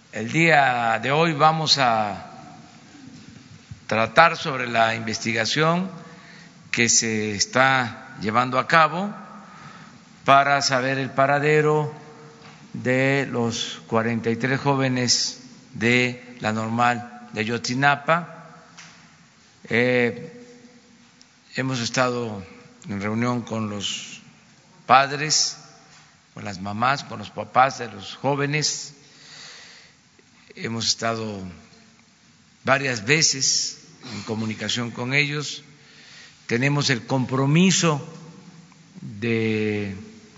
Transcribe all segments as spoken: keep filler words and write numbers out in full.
El día de hoy vamos a tratar sobre la investigación que se está llevando a cabo para saber el paradero de los cuarenta y tres jóvenes de la Normal de Ayotzinapa. Eh, hemos estado en reunión con los padres, con las mamás, con los papás de los jóvenes. Hemos estado varias veces en comunicación con ellos. Tenemos el compromiso de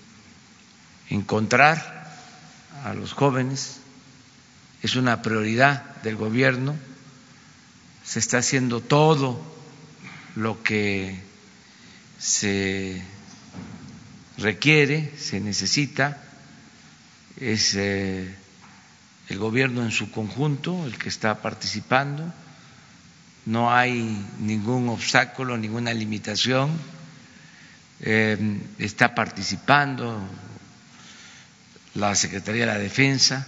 encontrar a los jóvenes. Es una prioridad del gobierno. Se está haciendo todo lo que se requiere, se necesita. Es eh, el gobierno en su conjunto el que está participando. No hay ningún obstáculo, ninguna limitación. Eh, está participando la Secretaría de la Defensa,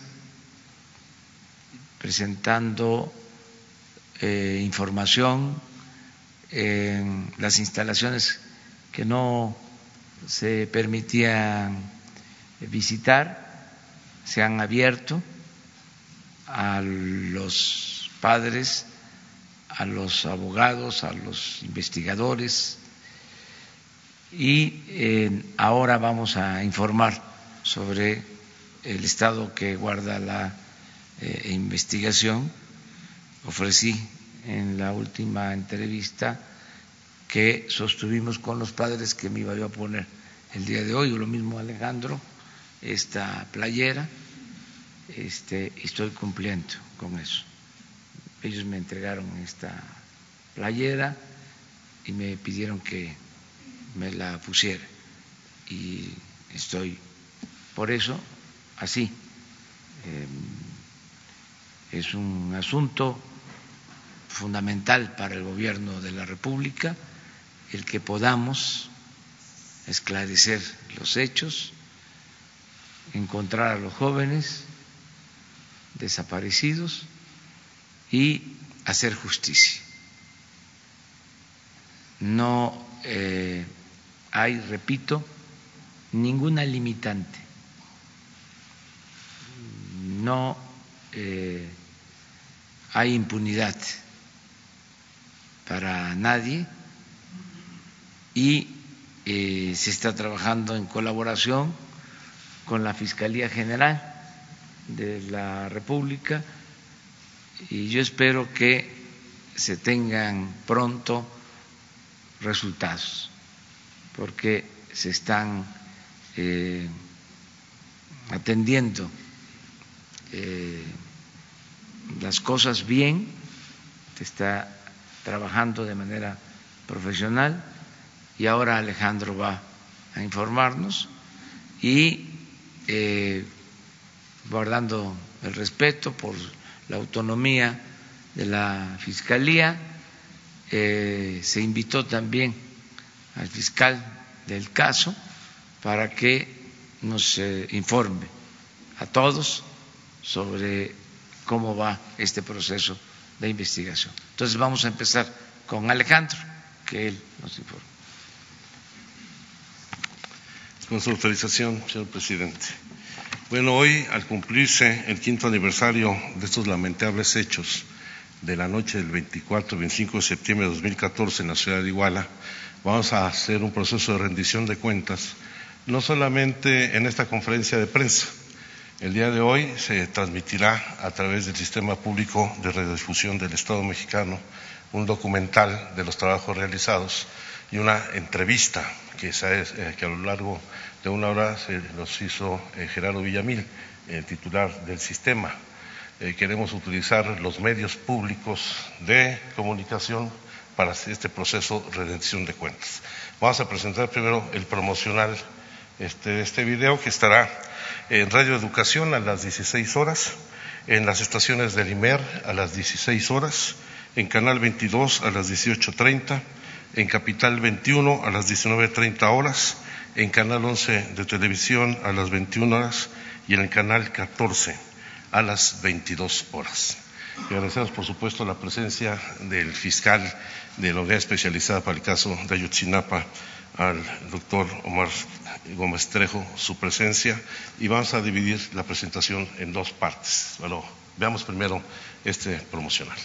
presentando eh, información en las instalaciones que no se permitían visitar, se han abierto a los padres, a los abogados, a los investigadores, y eh, ahora vamos a informar sobre el estado que guarda la eh, investigación. Ofrecí en la última entrevista que sostuvimos con los padres que me iba yo a poner el día de hoy, o lo mismo Alejandro, esta playera. Este, estoy cumpliendo con eso. Ellos me entregaron esta playera y me pidieron que me la pusiera, y estoy por eso así. Eh, es un asunto fundamental para el gobierno de la República el que podamos esclarecer los hechos, encontrar a los jóvenes desaparecidos y hacer justicia. No eh, hay, repito, ninguna limitante. No eh, hay impunidad para nadie, y eh, se está trabajando en colaboración con la Fiscalía General de la República, y yo espero que se tengan pronto resultados, porque se están eh, atendiendo eh, las cosas bien, se está trabajando de manera profesional, y ahora Alejandro va a informarnos, y eh, guardando el respeto por la autonomía de la Fiscalía, eh, se invitó también al fiscal del caso para que nos eh, informe a todos sobre cómo va este proceso de investigación. Entonces vamos a empezar con Alejandro, que él nos informe. Con su autorización, señor presidente. Bueno, hoy, al cumplirse el quinto aniversario de estos lamentables hechos de la noche del veinticuatro y veinticinco de septiembre de dos mil catorce en la ciudad de Iguala, vamos a hacer un proceso de rendición de cuentas, no solamente en esta conferencia de prensa. El día de hoy se transmitirá a través del Sistema Público de Radiodifusión del Estado Mexicano un documental de los trabajos realizados y una entrevista que, eh, que a lo largo de una hora se los hizo eh, Gerardo Villamil, el titular del sistema. Eh, queremos utilizar los medios públicos de comunicación para este proceso de rendición de cuentas. Vamos a presentar primero el promocional este, este video, que estará en Radio Educación a las dieciséis horas, en las estaciones del I M E R a las dieciséis horas, en Canal veintidós a las dieciocho treinta, en Capital veintiuno a las diecinueve treinta horas, en Canal once de Televisión a las veintiuna horas y en el Canal catorce a las veintidós horas. Y agradecemos, por supuesto, la presencia del fiscal de la unidad especializada para el caso de Ayotzinapa, al doctor Omar Gómez Trejo, su presencia, y vamos a dividir la presentación en dos partes. Bueno, veamos primero este promocional.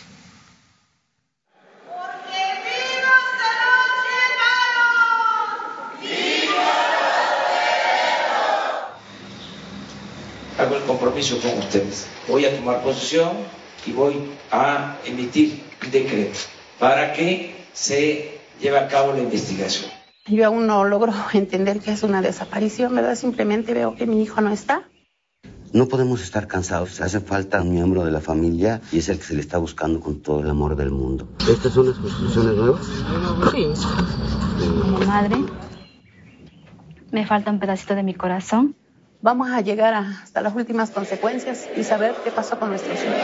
Hago el compromiso con ustedes. Voy a tomar posesión y voy a emitir un decreto para que se lleve a cabo la investigación. Yo aún no logro entender que es una desaparición, ¿verdad? Simplemente veo que mi hijo no está. No podemos estar cansados, hace falta un miembro de la familia y es el que se le está buscando con todo el amor del mundo. ¿Estas son las construcciones nuevas? Sí. Como madre, me falta un pedacito de mi corazón. Vamos a llegar a, hasta las últimas consecuencias y saber qué pasó con nuestros hijos.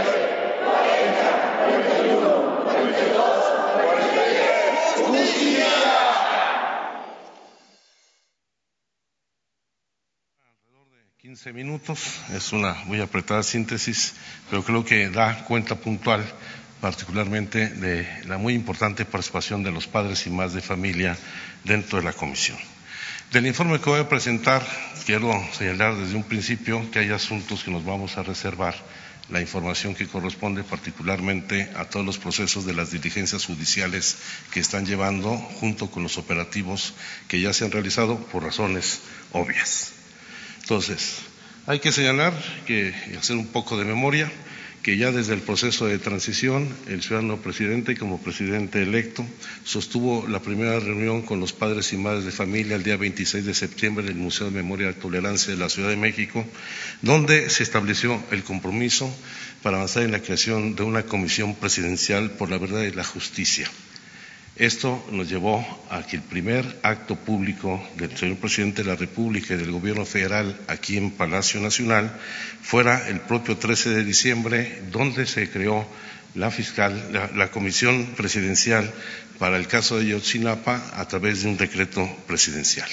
quince minutos, es una muy apretada síntesis, pero creo que da cuenta puntual particularmente de la muy importante participación de los padres y madres de familia dentro de la comisión. Del informe que voy a presentar, quiero señalar desde un principio que hay asuntos que nos vamos a reservar la información que corresponde particularmente a todos los procesos de las diligencias judiciales que están llevando junto con los operativos que ya se han realizado por razones obvias. Entonces, hay que señalar que, y hacer un poco de memoria, que ya desde el proceso de transición, el ciudadano presidente, como presidente electo, sostuvo la primera reunión con los padres y madres de familia el día veintiséis de septiembre en el Museo de Memoria y Tolerancia de la Ciudad de México, donde se estableció el compromiso para avanzar en la creación de una comisión presidencial por la verdad y la justicia. Esto nos llevó a que el primer acto público del señor presidente de la República y del Gobierno federal aquí en Palacio Nacional fuera el propio trece de diciembre, donde se creó la fiscal, la, la comisión presidencial para el caso de Ayotzinapa a través de un decreto presidencial.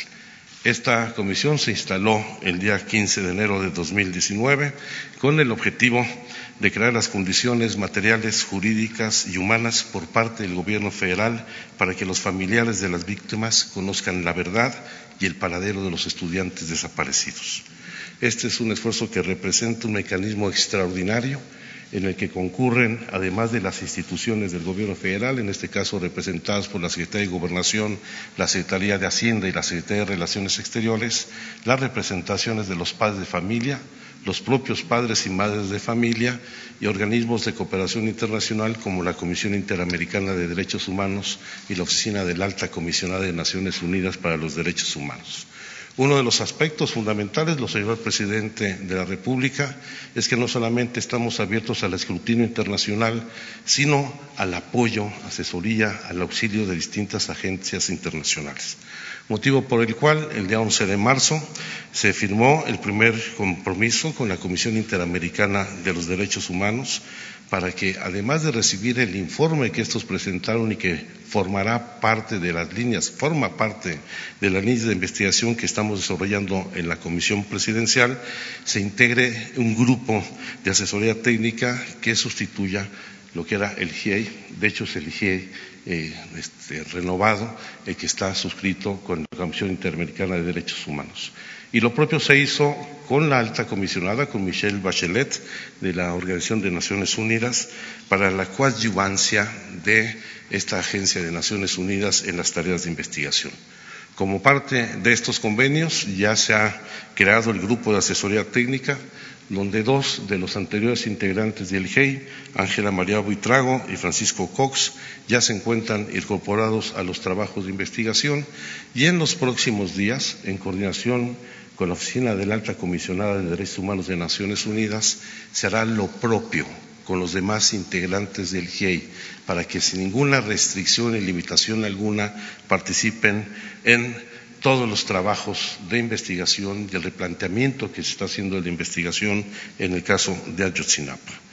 Esta comisión se instaló el día quince de enero de dos mil diecinueve con el objetivo de crear las condiciones materiales, jurídicas y humanas por parte del Gobierno federal para que los familiares de las víctimas conozcan la verdad y el paradero de los estudiantes desaparecidos. Este es un esfuerzo que representa un mecanismo extraordinario en el que concurren, además de las instituciones del Gobierno federal, en este caso representadas por la Secretaría de Gobernación, la Secretaría de Hacienda y la Secretaría de Relaciones Exteriores, las representaciones de los padres de familia, los propios padres y madres de familia y organismos de cooperación internacional como la Comisión Interamericana de Derechos Humanos y la Oficina del Alta Comisionada de Naciones Unidas para los Derechos Humanos. Uno de los aspectos fundamentales, lo señaló el presidente de la República, es que no solamente estamos abiertos al escrutinio internacional, sino al apoyo, asesoría, al auxilio de distintas agencias internacionales. Motivo por el cual el día once de marzo se firmó el primer compromiso con la Comisión Interamericana de los Derechos Humanos para que, además de recibir el informe que estos presentaron y que formará parte de las líneas, forma parte de las líneas de investigación que estamos desarrollando en la Comisión Presidencial, se integre un grupo de asesoría técnica que sustituya lo que era el G I E I. De hecho, es el G I E I eh, este, renovado, el que está suscrito con la Comisión Interamericana de Derechos Humanos. Y lo propio se hizo con la alta comisionada, con Michelle Bachelet, de la Organización de Naciones Unidas, para la coadyuvancia de esta agencia de Naciones Unidas en las tareas de investigación. Como parte de estos convenios, ya se ha creado el grupo de asesoría técnica, donde dos de los anteriores integrantes del G I E I, Ángela María Buitrago y Francisco Cox, ya se encuentran incorporados a los trabajos de investigación y en los próximos días, en coordinación con la Oficina del Alta Comisionada de Derechos Humanos de Naciones Unidas, se hará lo propio con los demás integrantes del G I E I para que sin ninguna restricción y limitación alguna participen en todos los trabajos de investigación y el replanteamiento que se está haciendo de la investigación en el caso de Ayotzinapa.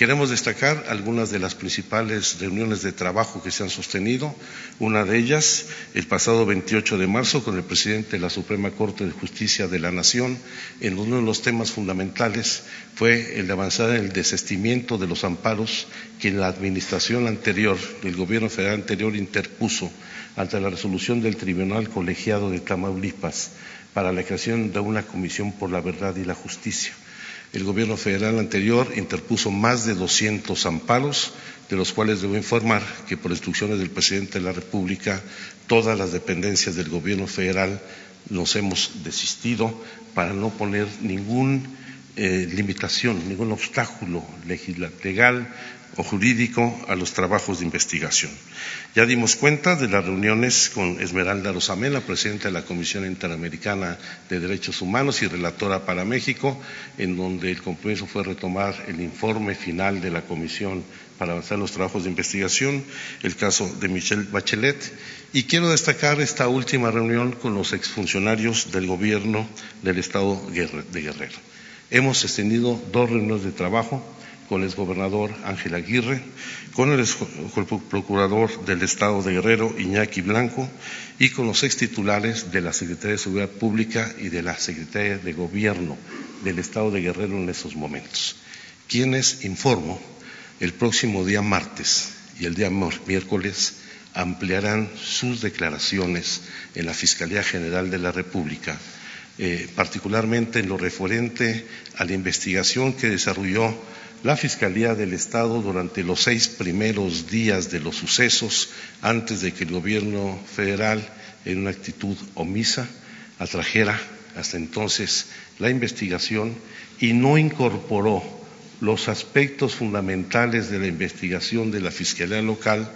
Queremos destacar algunas de las principales reuniones de trabajo que se han sostenido. Una de ellas, el pasado veintiocho de marzo, con el presidente de la Suprema Corte de Justicia de la Nación, en uno de los temas fundamentales fue el de avanzar en el desistimiento de los amparos que la administración anterior, el gobierno federal anterior, interpuso ante la resolución del Tribunal Colegiado de Tamaulipas para la creación de una comisión por la verdad y la justicia. El gobierno federal anterior interpuso más de doscientos amparos, de los cuales debo informar que por instrucciones del presidente de la República, todas las dependencias del gobierno federal nos hemos desistido para no poner ninguna eh, limitación, ningún obstáculo legal o jurídico a los trabajos de investigación. Ya dimos cuenta de las reuniones con Esmeralda Rosamela, presidenta de la Comisión Interamericana de Derechos Humanos y relatora para México, en donde el compromiso fue retomar el informe final de la Comisión para avanzar los trabajos de investigación, el caso de Michelle Bachelet, y quiero destacar esta última reunión con los exfuncionarios del gobierno del Estado de Guerrero. Hemos sostenido dos reuniones de trabajo con el exgobernador Ángel Aguirre, con el, con el procurador del Estado de Guerrero, Iñaki Blanco, y con los extitulares de la Secretaría de Seguridad Pública y de la Secretaría de Gobierno del Estado de Guerrero en esos momentos, quienes, informo, el próximo día martes y el día miércoles ampliarán sus declaraciones en la Fiscalía General de la República, eh, particularmente en lo referente a la investigación que desarrolló la Fiscalía del Estado durante los seis primeros días de los sucesos, antes de que el gobierno federal, en una actitud omisa, atrajera hasta entonces la investigación y no incorporó los aspectos fundamentales de la investigación de la Fiscalía local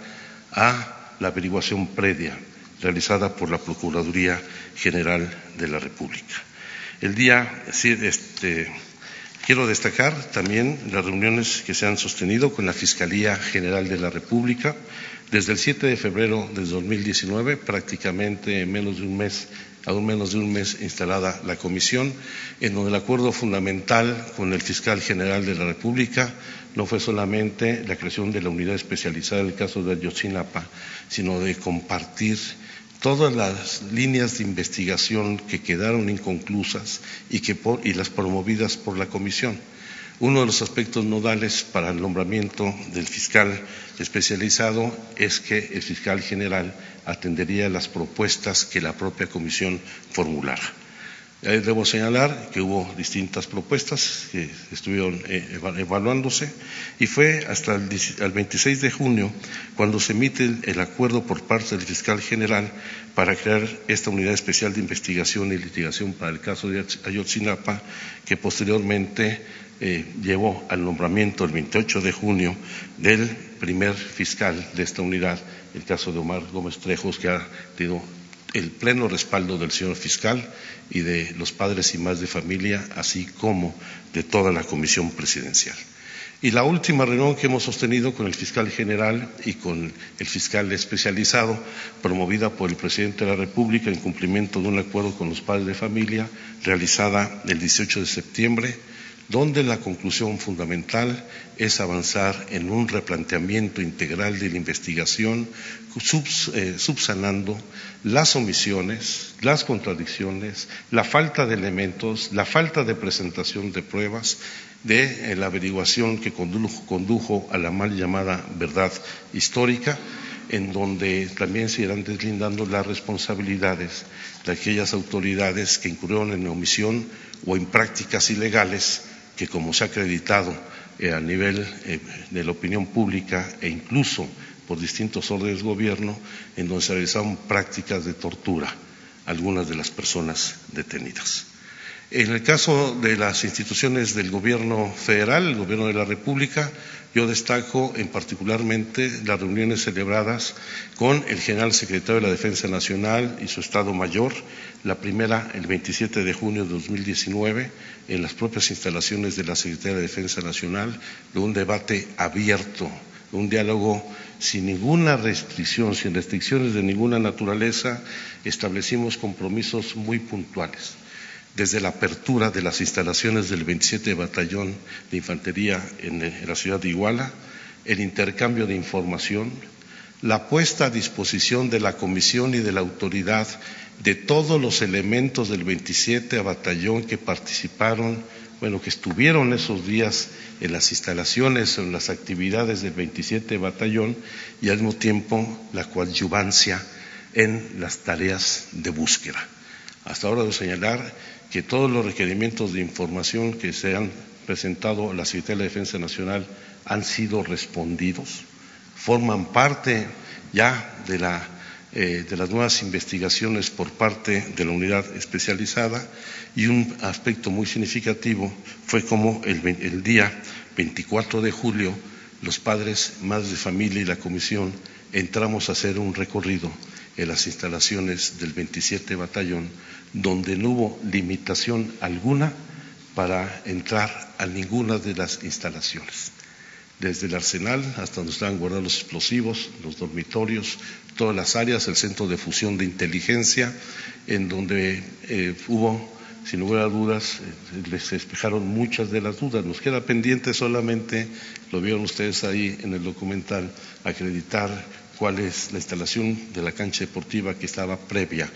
a la averiguación previa realizada por la Procuraduría General de la República. El día este, Quiero destacar también las reuniones que se han sostenido con la Fiscalía General de la República desde el siete de febrero de dos mil diecinueve, prácticamente en menos de un mes, aún menos de un mes instalada la comisión, en donde el acuerdo fundamental con el Fiscal General de la República no fue solamente la creación de la unidad especializada en el caso de Ayotzinapa, sino de compartir todas las líneas de investigación que quedaron inconclusas y, que por, y las promovidas por la comisión. Uno de los aspectos nodales para el nombramiento del fiscal especializado es que el fiscal general atendería las propuestas que la propia comisión formulara. Debo señalar que hubo distintas propuestas que estuvieron evaluándose y fue hasta el veintiséis de junio cuando se emite el acuerdo por parte del fiscal general para crear esta unidad especial de investigación y litigación para el caso de Ayotzinapa, que posteriormente eh, llevó al nombramiento el veintiocho de junio del primer fiscal de esta unidad, el caso de Omar Gómez Trejos, que ha tenido el pleno respaldo del señor fiscal y de los padres y madres de familia, así como de toda la comisión presidencial. Y la última reunión que hemos sostenido con el fiscal general y con el fiscal especializado, promovida por el presidente de la República en cumplimiento de un acuerdo con los padres de familia, realizada el dieciocho de septiembre, donde la conclusión fundamental es avanzar en un replanteamiento integral de la investigación, subs, eh, subsanando las omisiones, las contradicciones, la falta de elementos, la falta de presentación de pruebas de eh, la averiguación que condujo, condujo a la mal llamada verdad histórica, en donde también se irán deslindando las responsabilidades de aquellas autoridades que incurrieron en omisión o en prácticas ilegales que, como se ha acreditado eh, a nivel eh, de la opinión pública e incluso por distintos órdenes de gobierno, en donde se realizaron prácticas de tortura a algunas de las personas detenidas. En el caso de las instituciones del gobierno federal, el gobierno de la República, yo destaco en particularmente las reuniones celebradas con el general secretario de la Defensa Nacional y su Estado Mayor, la primera el veintisiete de junio de dos mil diecinueve, en las propias instalaciones de la Secretaría de Defensa Nacional, de un debate abierto, un diálogo sin ninguna restricción, sin restricciones de ninguna naturaleza. Establecimos compromisos muy puntuales desde la apertura de las instalaciones del veintisiete Batallón de Infantería en, en la ciudad de Iguala, el intercambio de información, la puesta a disposición de la Comisión y de la autoridad de todos los elementos del veintisiete Batallón que participaron, bueno, que estuvieron esos días en las instalaciones, en las actividades del veintisiete Batallón, y al mismo tiempo la coadyuvancia en las tareas de búsqueda. Hasta ahora debo señalar que todos los requerimientos de información que se han presentado a la Secretaría de la Defensa Nacional han sido respondidos, forman parte ya de, la, eh, de las nuevas investigaciones por parte de la unidad especializada, y un aspecto muy significativo fue como el, el día veinticuatro de julio los padres, madres de familia y la comisión entramos a hacer un recorrido en las instalaciones del veintisiete Batallón, donde no hubo limitación alguna para entrar a ninguna de las instalaciones. Desde el arsenal hasta donde estaban guardados los explosivos, los dormitorios, todas las áreas, el centro de fusión de inteligencia, en donde eh, hubo, sin lugar a dudas, eh, les despejaron muchas de las dudas. Nos queda pendiente solamente, lo vieron ustedes ahí en el documental, acreditar cuál es la instalación de la cancha deportiva que estaba previa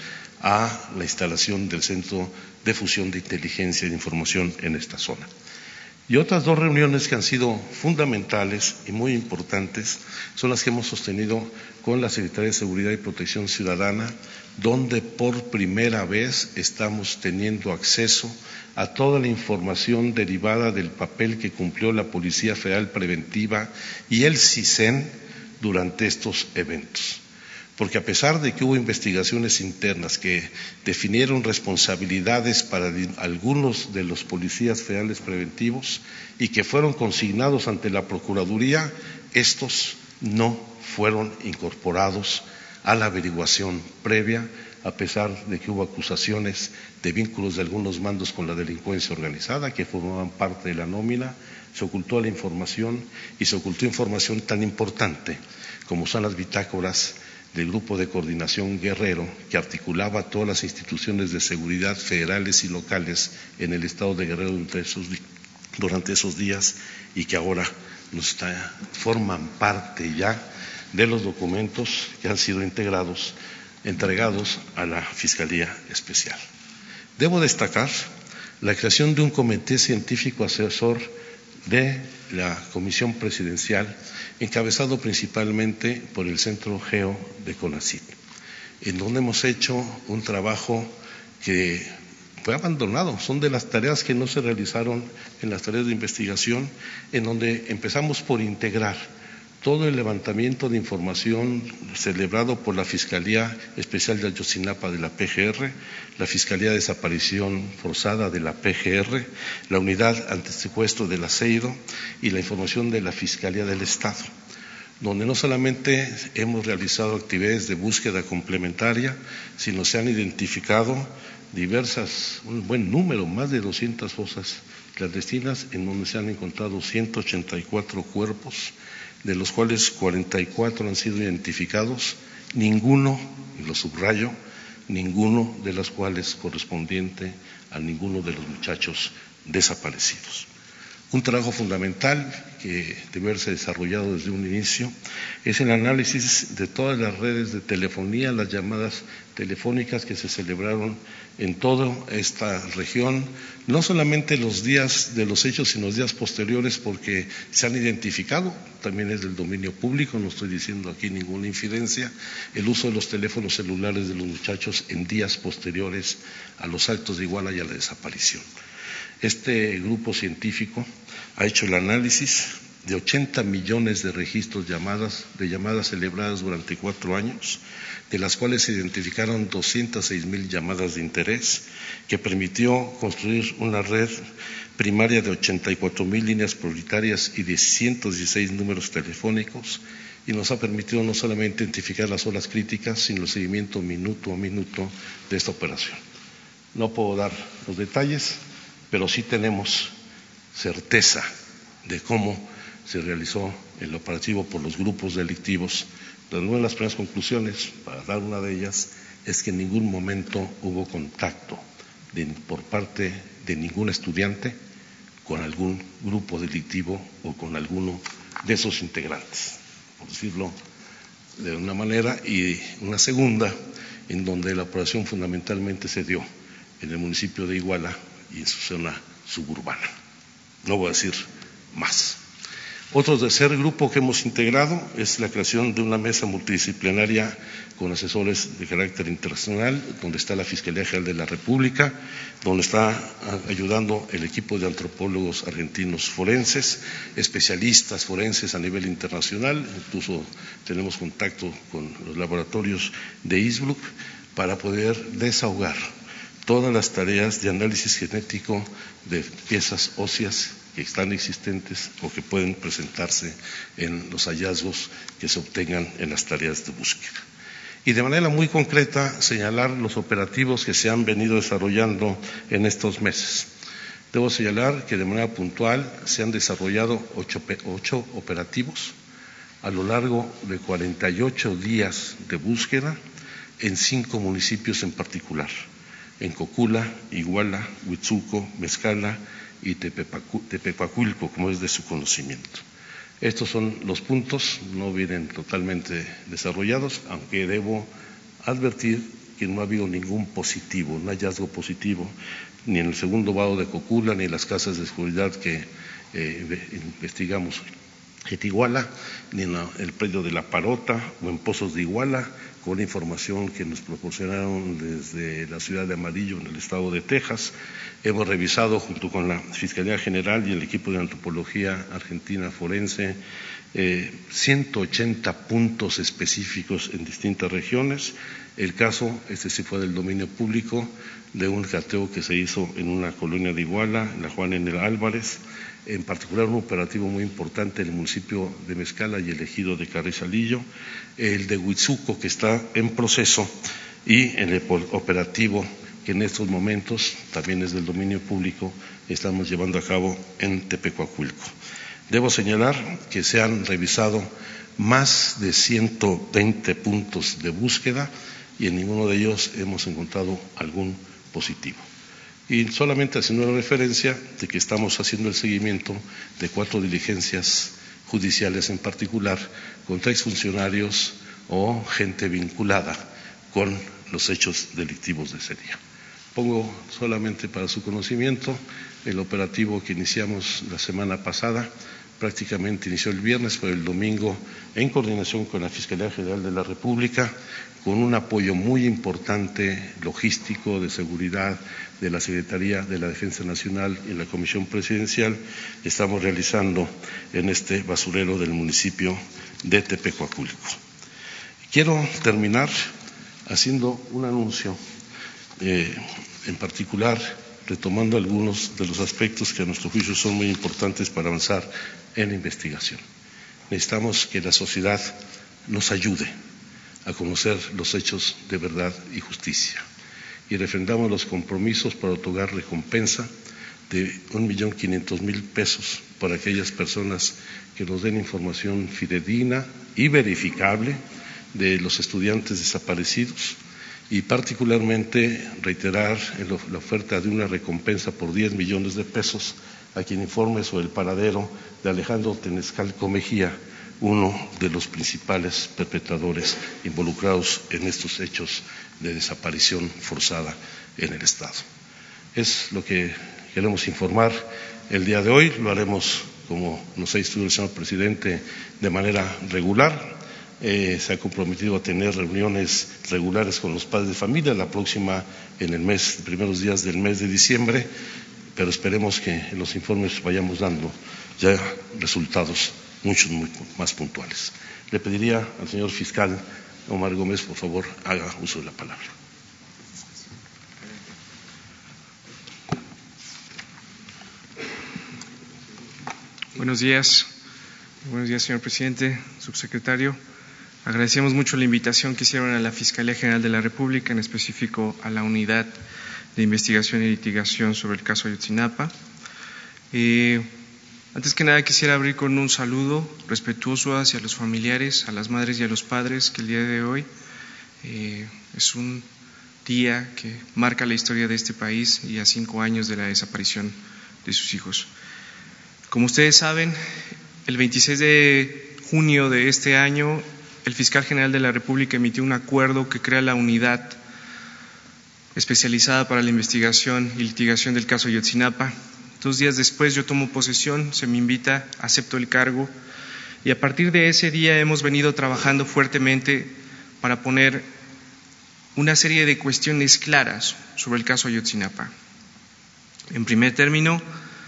a la instalación del centro de fusión de inteligencia y de información en esta zona. Y otras dos reuniones que han sido fundamentales y muy importantes son las que hemos sostenido con la Secretaría de Seguridad y Protección Ciudadana, donde por primera vez estamos teniendo acceso a toda la información derivada del papel que cumplió la Policía Federal Preventiva y el CISEN durante estos eventos. Porque a pesar de que hubo investigaciones internas que definieron responsabilidades para algunos de los policías federales preventivos y que fueron consignados ante la Procuraduría, estos no fueron incorporados a la averiguación previa, a pesar de que hubo acusaciones de vínculos de algunos mandos con la delincuencia organizada que formaban parte de la nómina. Se ocultó la información y se ocultó información tan importante como son las bitácoras del Grupo de Coordinación Guerrero, que articulaba todas las instituciones de seguridad federales y locales en el estado de Guerrero durante esos, durante esos días, y que ahora nos está, forman parte ya de los documentos que han sido integrados, entregados a la Fiscalía Especial. Debo destacar la creación de un comité científico asesor de la Comisión Presidencial, encabezado principalmente por el Centro Geo de CONACYT, en donde hemos hecho un trabajo que fue abandonado. Son de las tareas que no se realizaron en las tareas de investigación, en donde empezamos por integrar todo el levantamiento de información celebrado por la Fiscalía Especial de Ayotzinapa de la P G R, la Fiscalía de Desaparición Forzada de la P G R, la Unidad Antisecuestro de la CEIDO y la información de la Fiscalía del Estado, donde no solamente hemos realizado actividades de búsqueda complementaria, sino se han identificado diversas, un buen número, más de doscientas fosas clandestinas, en donde se han encontrado ciento ochenta y cuatro cuerpos, de los cuales cuarenta y cuatro han sido identificados, ninguno, y lo subrayo, ninguno de los cuales correspondiente a ninguno de los muchachos desaparecidos. Un trabajo fundamental que debe haberse desarrollado desde un inicio es el análisis de todas las redes de telefonía, las llamadas telefónicas que se celebraron en toda esta región, no solamente los días de los hechos, sino los días posteriores, porque se han identificado, también es del dominio público, no estoy diciendo aquí ninguna infidencia, el uso de los teléfonos celulares de los muchachos en días posteriores a los actos de Iguala y a la desaparición. Este grupo científico ha hecho el análisis de ochenta millones de registros llamadas, de llamadas celebradas durante cuatro años, de las cuales se identificaron doscientas seis mil llamadas de interés, que permitió construir una red primaria de ochenta y cuatro mil líneas prioritarias y de ciento dieciséis números telefónicos, y nos ha permitido no solamente identificar las horas críticas, sino el seguimiento minuto a minuto de esta operación. No puedo dar los detalles, pero sí tenemos certeza de cómo se realizó el operativo por los grupos delictivos. Una de las primeras conclusiones, para dar una de ellas, es que en ningún momento hubo contacto de, por parte de ningún estudiante con algún grupo delictivo o con alguno de esos integrantes, por decirlo de una manera, y una segunda en donde la operación fundamentalmente se dio en el municipio de Iguala y en su zona suburbana. No voy a decir más. Otro tercer grupo que hemos integrado es la creación de una mesa multidisciplinaria con asesores de carácter internacional, donde está la Fiscalía General de la República, donde está ayudando el equipo de antropólogos argentinos forenses, especialistas forenses a nivel internacional, incluso tenemos contacto con los laboratorios de ISBLUC para poder desahogar todas las tareas de análisis genético de piezas óseas que están existentes o que pueden presentarse en los hallazgos que se obtengan en las tareas de búsqueda. Y de manera muy concreta señalar los operativos que se han venido desarrollando en estos meses. Debo señalar que de manera puntual se han desarrollado ocho, ocho operativos a lo largo de cuarenta y ocho días de búsqueda en cinco municipios en particular, en Cocula, Iguala, Huitzuco, Mezcala y Tepecuacuilco, como es de su conocimiento. Estos son los puntos, no vienen totalmente desarrollados, aunque debo advertir que no ha habido ningún positivo, un hallazgo positivo, ni en el segundo vado de Cocula, ni en las casas de seguridad que eh, investigamos en Iguala, ni en la, el predio de La Parota o en Pozos de Iguala, con la información que nos proporcionaron desde la ciudad de Amarillo en el estado de Texas. Hemos revisado junto con la Fiscalía General y el equipo de antropología argentina forense eh, ciento ochenta puntos específicos en distintas regiones. El caso, este sí fue del dominio público, de un cateo que se hizo en una colonia de Iguala, en la Juan N. Álvarez, en particular un operativo muy importante en el municipio de Mezcala y el ejido de Carrizalillo, el de Huitzuco que está en proceso y en el operativo que en estos momentos también es del dominio público, estamos llevando a cabo en Tepecuacuilco. Debo señalar que se han revisado más de ciento veinte puntos de búsqueda y en ninguno de ellos hemos encontrado algún positivo. Y solamente haciendo referencia de que estamos haciendo el seguimiento de cuatro diligencias judiciales en particular contra exfuncionarios o gente vinculada con los hechos delictivos de ese día. Pongo solamente para su conocimiento el operativo que iniciamos la semana pasada, prácticamente inició el viernes, pero el domingo, en coordinación con la Fiscalía General de la República, con un apoyo muy importante logístico, de seguridad, de la Secretaría de la Defensa Nacional y la Comisión Presidencial, estamos realizando en este basurero del municipio de Tepecuacuilco. Quiero terminar haciendo un anuncio, eh, en particular retomando algunos de los aspectos que a nuestro juicio son muy importantes para avanzar en la investigación. Necesitamos que la sociedad nos ayude a conocer los hechos de verdad y justicia y refrendamos los compromisos para otorgar recompensa de un millón quinientos mil pesos para aquellas personas que nos den información fidedigna y verificable de los estudiantes desaparecidos y particularmente reiterar la oferta de una recompensa por diez millones de pesos a quien informe sobre el paradero de Alejandro Tenescalco Mejía, uno de los principales perpetradores involucrados en estos hechos de desaparición forzada en el Estado. Es lo que queremos informar el día de hoy, lo haremos, como nos ha instruido el señor presidente, de manera regular. Eh, se ha comprometido a tener reuniones regulares con los padres de familia, la próxima en el mes, primeros días del mes de diciembre, pero esperemos que en los informes vayamos dando ya resultados muchos muy más puntuales. Le pediría al señor fiscal Omar Gómez, por favor, haga uso de la palabra. Buenos días. Buenos días, señor presidente, subsecretario. Agradecemos mucho la invitación que hicieron a la Fiscalía General de la República, en específico a la Unidad de Investigación y Litigación sobre el caso Ayotzinapa. Eh, antes que nada quisiera abrir con un saludo respetuoso hacia los familiares, a las madres y a los padres, que el día de hoy eh, es un día que marca la historia de este país y a cinco años de la desaparición de sus hijos. Como ustedes saben, el veintiséis de junio de este año, el fiscal general de la República emitió un acuerdo que crea la unidad especializada para la investigación y litigación del caso Ayotzinapa. Dos días después yo tomo posesión, se me invita, acepto el cargo y a partir de ese día hemos venido trabajando fuertemente para poner una serie de cuestiones claras sobre el caso Ayotzinapa. En primer término,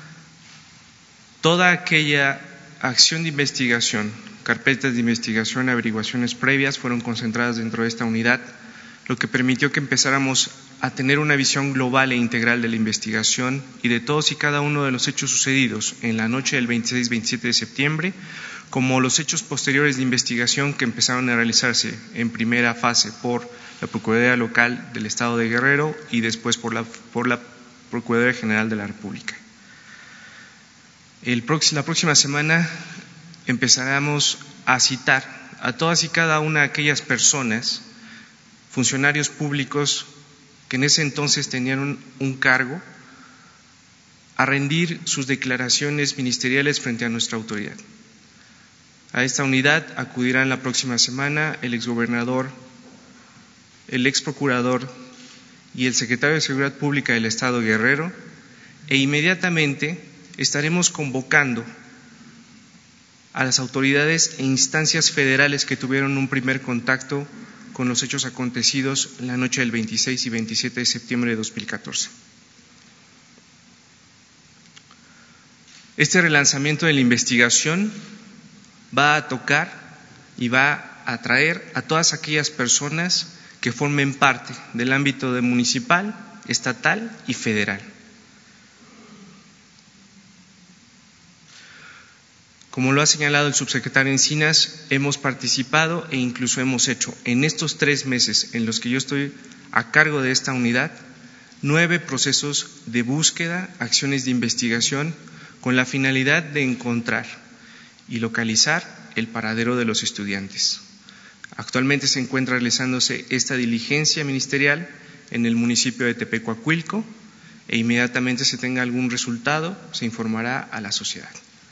toda aquella acción de investigación, carpetas de investigación, averiguaciones previas fueron concentradas dentro de esta unidad, lo que permitió que empezáramos a tener una visión global e integral de la investigación y de todos y cada uno de los hechos sucedidos en la noche del veintiséis veintisiete de septiembre, como los hechos posteriores de investigación que empezaron a realizarse en primera fase por la Procuraduría Local del Estado de Guerrero y después por la, por la Procuraduría General de la República. El, la próxima semana empezaremos a citar a todas y cada una de aquellas personas, funcionarios públicos que en ese entonces tenían un, un cargo, a rendir sus declaraciones ministeriales frente a nuestra autoridad. A esta unidad acudirán la próxima semana el exgobernador, el exprocurador y el secretario de Seguridad Pública del Estado de Guerrero, e inmediatamente estaremos convocando a las autoridades e instancias federales que tuvieron un primer contacto con los hechos acontecidos la noche del veintiséis y veintisiete de septiembre de dos mil catorce. Este relanzamiento de la investigación va a tocar y va a atraer a todas aquellas personas que formen parte del ámbito de municipal, estatal y federal. Como lo ha señalado el subsecretario Encinas, hemos participado e incluso hemos hecho en estos tres meses en los que yo estoy a cargo de esta unidad, nueve procesos de búsqueda, acciones de investigación con la finalidad de encontrar y localizar el paradero de los estudiantes. Actualmente se encuentra realizándose esta diligencia ministerial en el municipio de Tepecuacuilco e inmediatamente se tenga algún resultado se informará a la sociedad.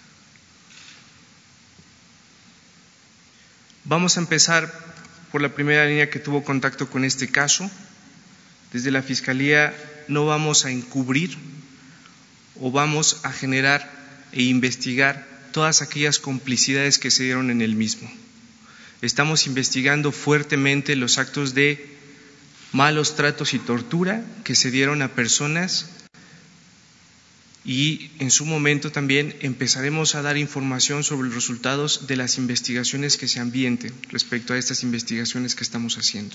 Vamos a empezar por la primera línea que tuvo contacto con este caso. Desde la Fiscalía no vamos a encubrir o vamos a generar e investigar todas aquellas complicidades que se dieron en el mismo. Estamos investigando fuertemente los actos de malos tratos y tortura que se dieron a personas y en su momento también empezaremos a dar información sobre los resultados de las investigaciones que se ambienten respecto a estas investigaciones que estamos haciendo.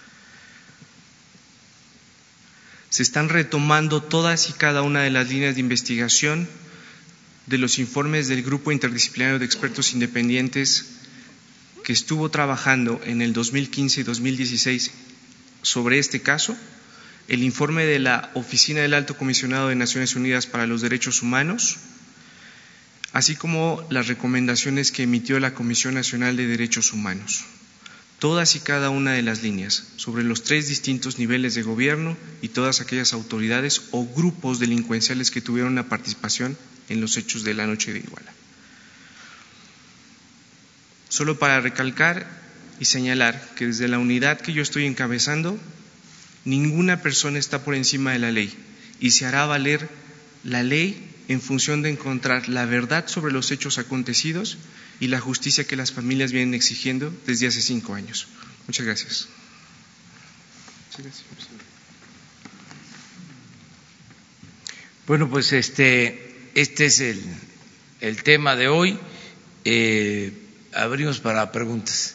Se están retomando todas y cada una de las líneas de investigación de los informes del Grupo Interdisciplinario de Expertos Independientes que estuvo trabajando en el dos mil quince y dos mil dieciséis sobre este caso, el informe de la Oficina del Alto Comisionado de Naciones Unidas para los Derechos Humanos, así como las recomendaciones que emitió la Comisión Nacional de Derechos Humanos. Todas y cada una de las líneas sobre los tres distintos niveles de gobierno y todas aquellas autoridades o grupos delincuenciales que tuvieron una participación en los hechos de la noche de Iguala. Solo para recalcar y señalar que desde la unidad que yo estoy encabezando, ninguna persona está por encima de la ley y se hará valer la ley en función de encontrar la verdad sobre los hechos acontecidos y la justicia que las familias vienen exigiendo desde hace cinco años. Muchas gracias. Bueno, pues este, este es el, el tema de hoy. Eh, abrimos para preguntas.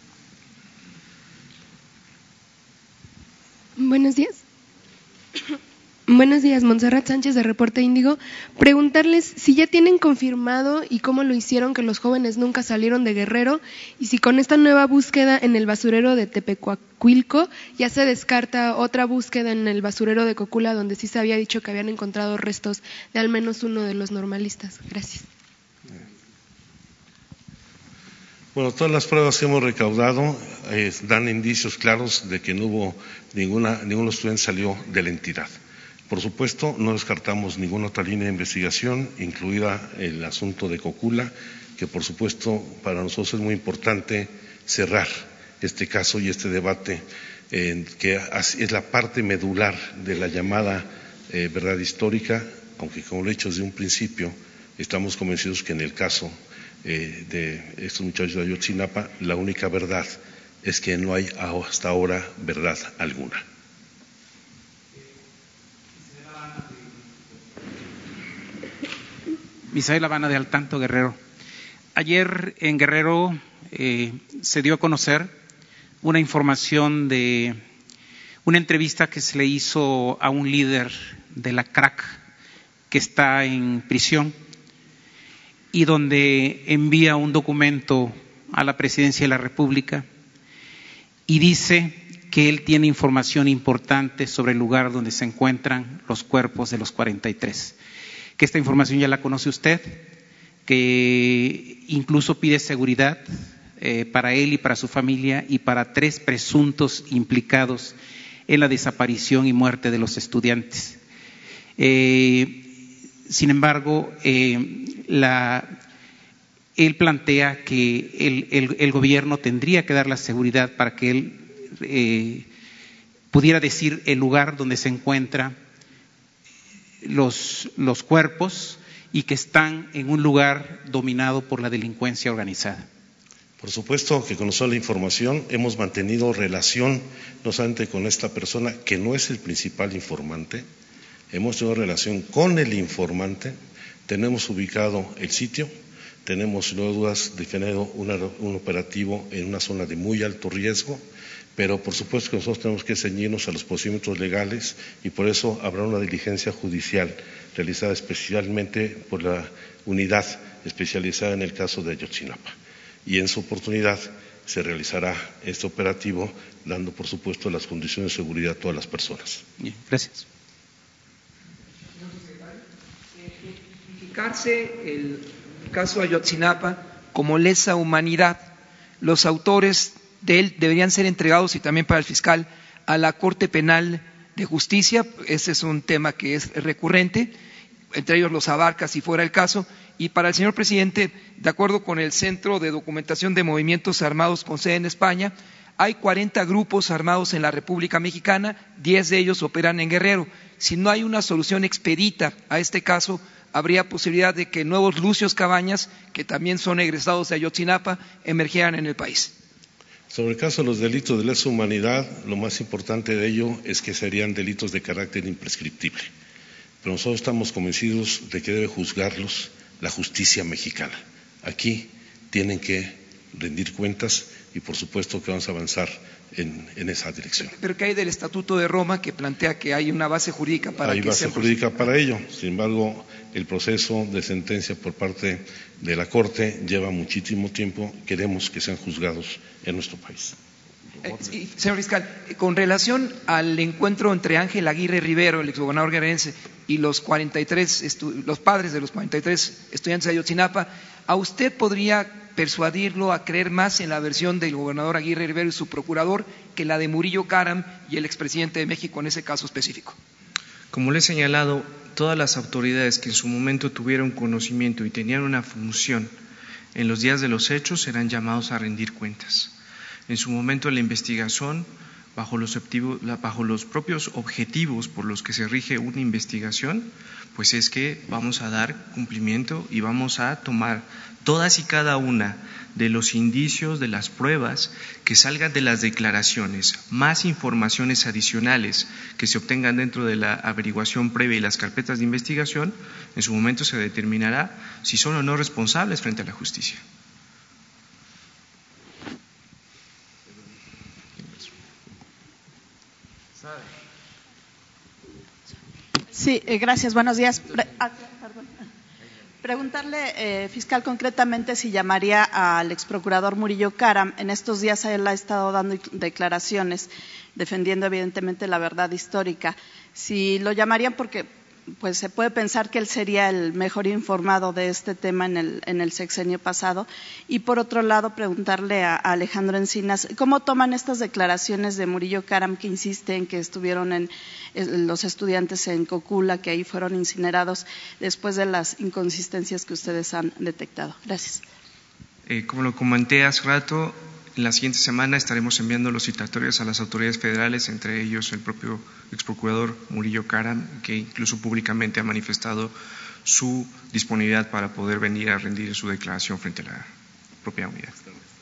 Buenos días. Buenos días, Montserrat Sánchez de Reporte Índigo. Preguntarles si ya tienen confirmado y cómo lo hicieron que los jóvenes nunca salieron de Guerrero y si con esta nueva búsqueda en el basurero de Tepecuacuilco ya se descarta otra búsqueda en el basurero de Cocula donde sí se había dicho que habían encontrado restos de al menos uno de los normalistas. Gracias. Bueno, todas las pruebas que hemos recaudado eh, dan indicios claros de que no hubo ninguna, ninguno de los estudiantes salió de la entidad. Por supuesto, no descartamos ninguna otra línea de investigación, incluida el asunto de Cocula, que por supuesto para nosotros es muy importante cerrar este caso y este debate, eh, que es la parte medular de la llamada eh, verdad histórica, aunque como lo he dicho desde un principio, estamos convencidos que en el caso eh, de estos muchachos de Ayotzinapa, la única verdad es que no hay hasta ahora verdad alguna. Misael Habana de Al Tanto, Guerrero. Ayer en Guerrero eh, se dio a conocer una información de una entrevista que se le hizo a un líder de la C R A C que está en prisión y donde envía un documento a la Presidencia de la República y dice que él tiene información importante sobre el lugar donde se encuentran los cuerpos de los cuarenta y tres. Que esta información ya la conoce usted, que incluso pide seguridad eh, para él y para su familia y para tres presuntos implicados en la desaparición y muerte de los estudiantes. Eh, sin embargo, eh, la, él plantea que el, el, el gobierno tendría que dar la seguridad para que él eh, pudiera decir el lugar donde se encuentran los, los cuerpos y que están en un lugar dominado por la delincuencia organizada. Por supuesto que conocemos la información, hemos mantenido relación no solamente con esta persona, que no es el principal informante, hemos tenido relación con el informante, tenemos ubicado el sitio, tenemos sin dudas definido una, un operativo en una zona de muy alto riesgo, pero por supuesto que nosotros tenemos que ceñirnos a los procedimientos legales y por eso habrá una diligencia judicial realizada especialmente por la unidad especializada en el caso de Ayotzinapa. Y en su oportunidad se realizará este operativo dando por supuesto las condiciones de seguridad a todas las personas. Bien, gracias. Identificarse el caso Ayotzinapa como lesa humanidad, los autores de él deberían ser entregados y también para el fiscal a la Corte Penal de Justicia. Ese es un tema que es recurrente, entre ellos los abarca si fuera el caso. Y para el señor presidente, de acuerdo con el Centro de Documentación de Movimientos Armados con sede en España, hay cuarenta grupos armados en la República Mexicana, diez de ellos operan en Guerrero. Si no hay una solución expedita a este caso, habría posibilidad de que nuevos Lucios Cabañas, que también son egresados de Ayotzinapa, emergieran en el país. Sobre el caso de los delitos de lesa humanidad, lo más importante de ello es que serían delitos de carácter imprescriptible. Pero nosotros estamos convencidos de que debe juzgarlos la justicia mexicana. Aquí tienen que rendir cuentas y por supuesto que vamos a avanzar en, en esa dirección. Pero ¿qué hay del Estatuto de Roma que plantea que hay una base jurídica para hay que base jurídica para ello? Sin embargo, el proceso de sentencia por parte de la Corte lleva muchísimo tiempo. Queremos que sean juzgados en nuestro país. Eh, sí, señor fiscal, con relación al encuentro entre Ángel Aguirre Rivero, el exgobernador guerrerense, y los cuarenta y tres, los padres de los cuarenta y tres estudiantes de Ayotzinapa, ¿a usted podría persuadirlo a creer más en la versión del gobernador Aguirre Rivero y su procurador que la de Murillo Karam y el expresidente de México en ese caso específico? Como le he señalado, todas las autoridades que en su momento tuvieron conocimiento y tenían una función en los días de los hechos serán llamados a rendir cuentas. En su momento la investigación, bajo los, bajo los propios objetivos por los que se rige una investigación, pues es que vamos a dar cumplimiento y vamos a tomar todas y cada una de los indicios, de las pruebas que salgan de las declaraciones, más informaciones adicionales que se obtengan dentro de la averiguación previa y las carpetas de investigación, en su momento se determinará si son o no responsables frente a la justicia. Sí, eh, gracias. Buenos días. Pre ah, perdón. Preguntarle, eh, fiscal, concretamente si llamaría al exprocurador Murillo Karam. En estos días él ha estado dando declaraciones defendiendo evidentemente la verdad histórica. Si lo llamarían porque pues se puede pensar que él sería el mejor informado de este tema en el, en el sexenio pasado. Y por otro lado, preguntarle a, a Alejandro Encinas, ¿cómo toman estas declaraciones de Murillo Karam que insiste en que estuvieron en, en los estudiantes en Cocula, que ahí fueron incinerados, después de las inconsistencias que ustedes han detectado? Gracias. Eh, como lo comenté hace rato, en la siguiente semana estaremos enviando los citatorios a las autoridades federales, entre ellos el propio exprocurador Murillo Karam, que incluso públicamente ha manifestado su disponibilidad para poder venir a rendir su declaración frente a la propia unidad.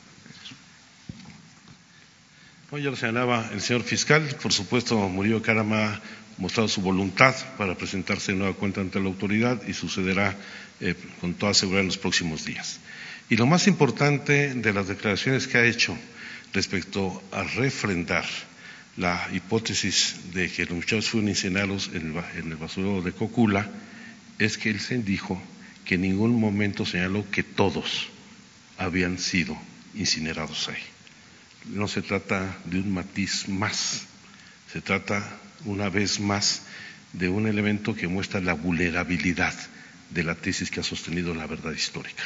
Hoy ya lo señalaba el señor fiscal, por supuesto Murillo Karam ha mostrado su voluntad para presentarse de nueva cuenta ante la autoridad y sucederá eh, con toda seguridad en los próximos días. Y lo más importante de las declaraciones que ha hecho respecto a refrendar la hipótesis de que los muchachos fueron incinerados en el, en el basurero de Cocula es que él se dijo que en ningún momento señaló que todos habían sido incinerados ahí. No se trata de un matiz más, se trata una vez más de un elemento que muestra la vulnerabilidad de la tesis que ha sostenido la verdad histórica.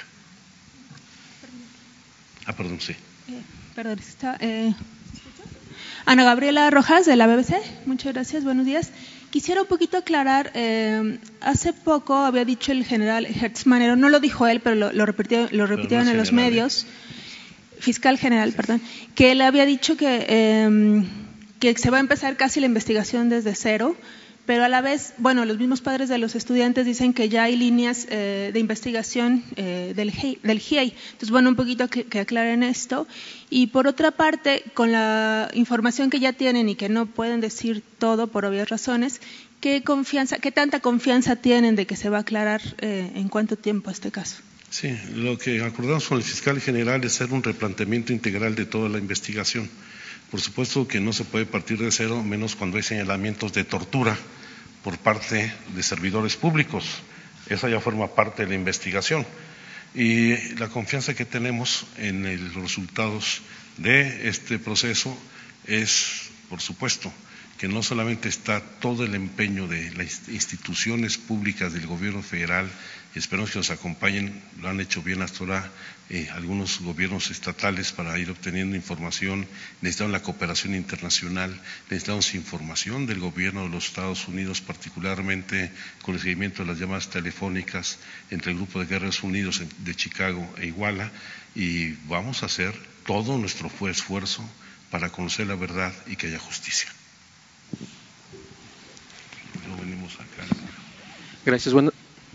Ah, perdón, sí. Eh, perdón, está, eh, Ana Gabriela Rojas, de la B B C. Muchas gracias, buenos días. Quisiera un poquito aclarar, eh, hace poco había dicho el general Hertz Manero, no lo dijo él, pero lo, lo, repitió, lo repitieron no en los general, medios, ¿eh? Fiscal general, sí. perdón, que él había dicho que, eh, que se va a empezar casi la investigación desde cero, pero a la vez, bueno, los mismos padres de los estudiantes dicen que ya hay líneas eh, de investigación eh, del G I E I. Entonces, bueno, un poquito que, que aclaren esto. Y por otra parte, con la información que ya tienen y que no pueden decir todo por obvias razones, ¿qué confianza, qué tanta confianza tienen de que se va a aclarar eh, en cuánto tiempo este caso? Sí, lo que acordamos con el fiscal general es hacer un replanteamiento integral de toda la investigación. Por supuesto que no se puede partir de cero, menos cuando hay señalamientos de tortura por parte de servidores públicos. Esa ya forma parte de la investigación. Y la confianza que tenemos en el, los resultados de este proceso es, por supuesto, que no solamente está todo el empeño de las instituciones públicas del gobierno federal, y esperamos que nos acompañen, lo han hecho bien hasta ahora eh, algunos gobiernos estatales para ir obteniendo información, necesitamos la cooperación internacional, necesitamos información del gobierno de los Estados Unidos, particularmente con el seguimiento de las llamadas telefónicas entre el Grupo de Guerreros Unidos de Chicago e Iguala, y vamos a hacer todo nuestro esfuerzo para conocer la verdad y que haya justicia. No venimos acá. Gracias. Bueno,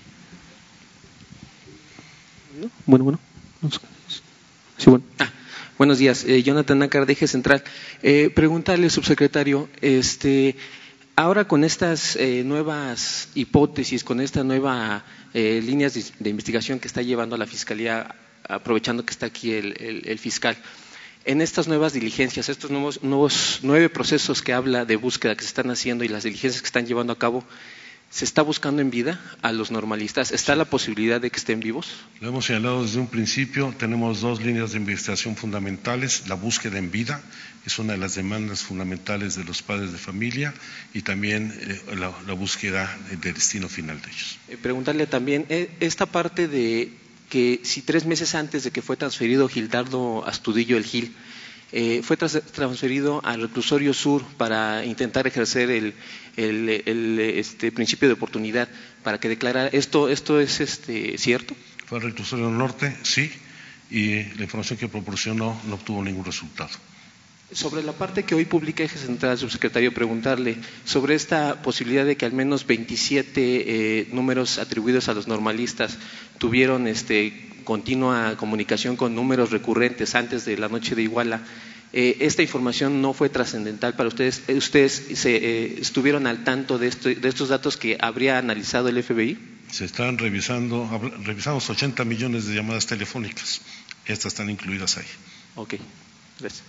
bueno, bueno. Sí, bueno. Ah, buenos días. Eh, Jonathan Nácar, de Eje Central. Eh, preguntarle, subsecretario, este, ahora con estas eh, nuevas hipótesis, con estas nuevas eh, líneas de, de investigación que está llevando a la Fiscalía, aprovechando que está aquí el, el, el fiscal, en estas nuevas diligencias, estos nuevos, nuevos nueve procesos que habla de búsqueda que se están haciendo y las diligencias que están llevando a cabo, ¿se está buscando en vida a los normalistas? ¿Está la posibilidad de que estén vivos? Lo hemos señalado desde un principio, tenemos dos líneas de investigación fundamentales, la búsqueda en vida, es una de las demandas fundamentales de los padres de familia, y también eh, la, la búsqueda del destino final de ellos. Eh, preguntarle también, eh, esta parte de que si tres meses antes de que fue transferido Gildardo Astudillo, el Gil, eh, fue tras, transferido al reclusorio sur para intentar ejercer el, el, el este, principio de oportunidad, para que declarara, ¿esto, esto es este, cierto? Fue al reclusorio norte, sí, y la información que proporcionó no obtuvo ningún resultado. Sobre la parte que hoy publica Eje Central, subsecretario, preguntarle sobre esta posibilidad de que al menos veintisiete eh, números atribuidos a los normalistas tuvieron este, continua comunicación con números recurrentes antes de la noche de Iguala. Eh, ¿Esta información no fue trascendental para ustedes? ¿Ustedes se, eh, estuvieron al tanto de, esto, de estos datos que habría analizado el F B I? Se están revisando, revisamos ochenta millones de llamadas telefónicas. Estas están incluidas ahí. Ok, gracias.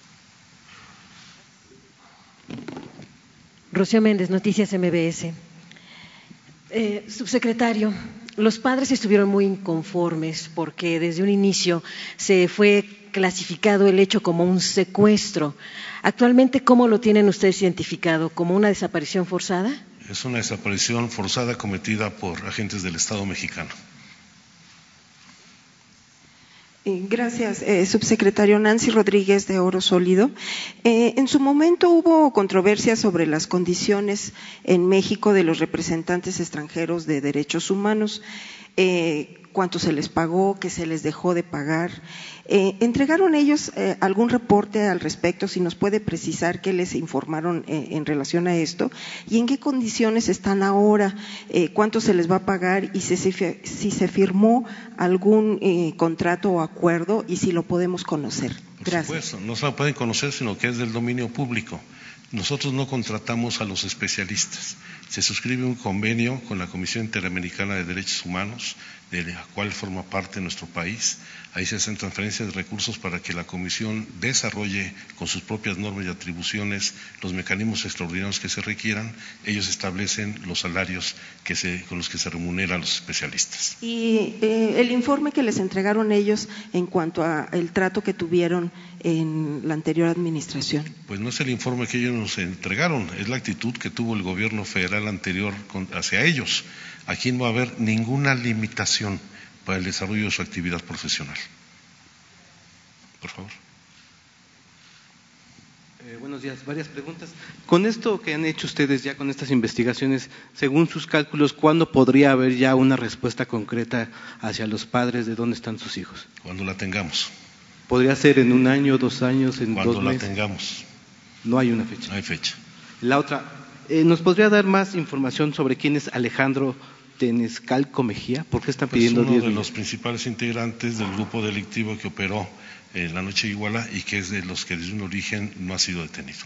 Rocío Méndez, Noticias M B S. Eh, subsecretario, los padres estuvieron muy inconformes porque desde un inicio se fue clasificado el hecho como un secuestro. Actualmente, ¿cómo lo tienen ustedes identificado? ¿Como una desaparición forzada? es una desaparición forzada cometida por agentes del Estado mexicano. Gracias, eh, subsecretario. Nancy Rodríguez, de Oro Sólido. Eh, en su momento hubo controversia sobre las condiciones en México de los representantes extranjeros de derechos humanos, eh, cuánto se les pagó, qué se les dejó de pagar. Eh, ¿Entregaron ellos eh, algún reporte al respecto? Si nos puede precisar qué les informaron eh, en relación a esto y en qué condiciones están ahora, eh, cuánto se les va a pagar y si, si se firmó algún eh, contrato o acuerdo y si lo podemos conocer. Gracias. Por supuesto, no se lo pueden conocer, sino que es del dominio público. Nosotros no contratamos a los especialistas. Se suscribe un convenio con la Comisión Interamericana de Derechos Humanos, de la cual forma parte nuestro país. Ahí se hacen transferencias de recursos para que la Comisión desarrolle con sus propias normas y atribuciones los mecanismos extraordinarios que se requieran. Ellos establecen los salarios que se, con los que se remuneran a los especialistas. ¿Y eh, el informe que les entregaron ellos en cuanto al trato que tuvieron en la anterior administración? Pues no es el informe que ellos nos entregaron, es la actitud que tuvo el gobierno federal anterior hacia ellos. Aquí no va a haber ninguna limitación para el desarrollo de su actividad profesional. Por favor. Eh, buenos días, varias preguntas. Con esto que han hecho ustedes ya con estas investigaciones, según sus cálculos, ¿cuándo podría haber ya una respuesta concreta hacia los padres de dónde están sus hijos? Cuando la tengamos. ¿Podría ser en un año, dos años, en Cuando dos la meses? tengamos. No hay una fecha. No hay fecha. La otra, eh, ¿nos podría dar más información sobre quién es Alejandro Tenescalco Mejía? ¿Por qué están Pues pidiendo uno diez de millones? los principales integrantes del grupo delictivo que operó en la noche de Iguala y que es de los que desde un origen no ha sido detenido.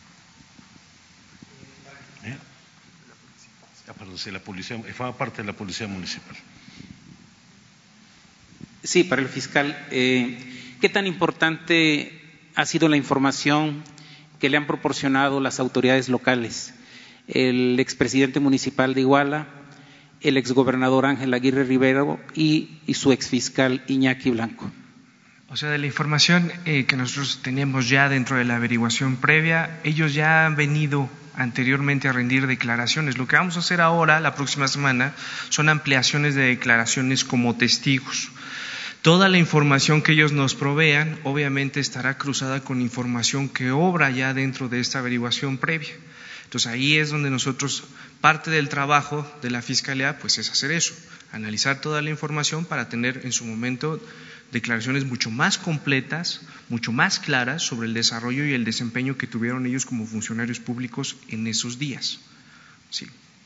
¿Eh? Ah, perdón, sí, la policía, forma parte de la policía municipal. Sí, para el fiscal, eh, ¿qué tan importante ha sido la información que le han proporcionado las autoridades locales? El expresidente municipal de Iguala, el exgobernador Ángel Aguirre Rivero y, y su exfiscal Iñaki Blanco. O sea, de la información eh, que nosotros teníamos ya dentro de la averiguación previa, ellos ya han venido anteriormente a rendir declaraciones. Lo que vamos a hacer ahora, la próxima semana, son ampliaciones de declaraciones como testigos. Toda la información que ellos nos provean, obviamente estará cruzada con información que obra ya dentro de esta averiguación previa. Entonces ahí es donde nosotros, parte del trabajo de la Fiscalía, pues es hacer eso, analizar toda la información para tener en su momento declaraciones mucho más completas, mucho más claras sobre el desarrollo y el desempeño que tuvieron ellos como funcionarios públicos en esos días. Sí.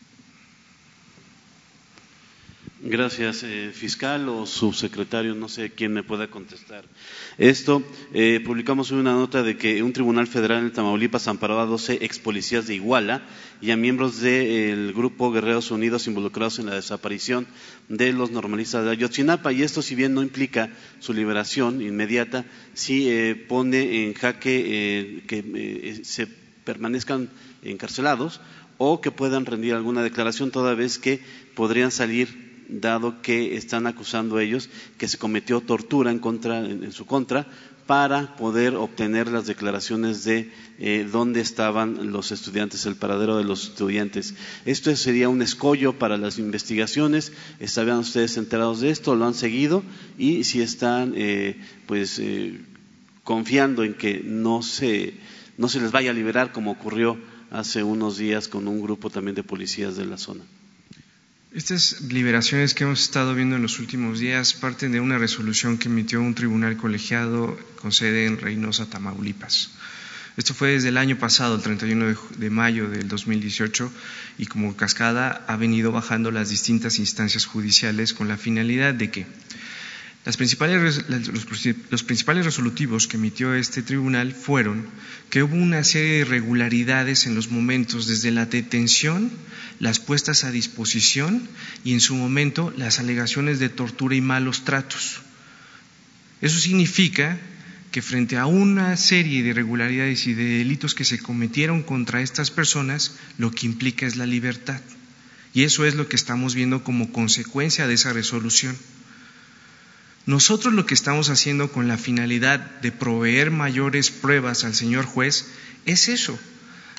Gracias, eh, fiscal o subsecretario, no sé quién me pueda contestar. Esto, eh, publicamos hoy una nota de que un tribunal federal en Tamaulipas amparó a doce ex policías de Iguala y a miembros del grupo Guerreros Unidos involucrados en la desaparición de los normalistas de Ayotzinapa, y esto, si bien no implica su liberación inmediata, sí eh, pone en jaque eh, que eh, se permanezcan encarcelados o que puedan rendir alguna declaración, toda vez que podrían salir, dado que están acusando ellos que se cometió tortura en contra, en su contra, para poder obtener las declaraciones de eh, dónde estaban los estudiantes, el paradero de los estudiantes. Esto sería un escollo para las investigaciones. ¿Estaban ustedes enterados de esto? ¿Lo han seguido? Y si están eh, pues eh, confiando en que no se, no se les vaya a liberar, como ocurrió hace unos días con un grupo también de policías de la zona. Estas liberaciones que hemos estado viendo en los últimos días parten de una resolución que emitió un tribunal colegiado con sede en Reynosa, Tamaulipas. Esto fue desde el año pasado, el treinta y uno de mayo del dos mil dieciocho, y como cascada ha venido bajando las distintas instancias judiciales con la finalidad de que Las principales, los, los principales resolutivos que emitió este tribunal fueron que hubo una serie de irregularidades en los momentos desde la detención, las puestas a disposición y en su momento las alegaciones de tortura y malos tratos. Eso significa que frente a una serie de irregularidades y de delitos que se cometieron contra estas personas, lo que implica es la libertad. Y eso es lo que estamos viendo como consecuencia de esa resolución. Nosotros lo que estamos haciendo con la finalidad de proveer mayores pruebas al señor juez es eso,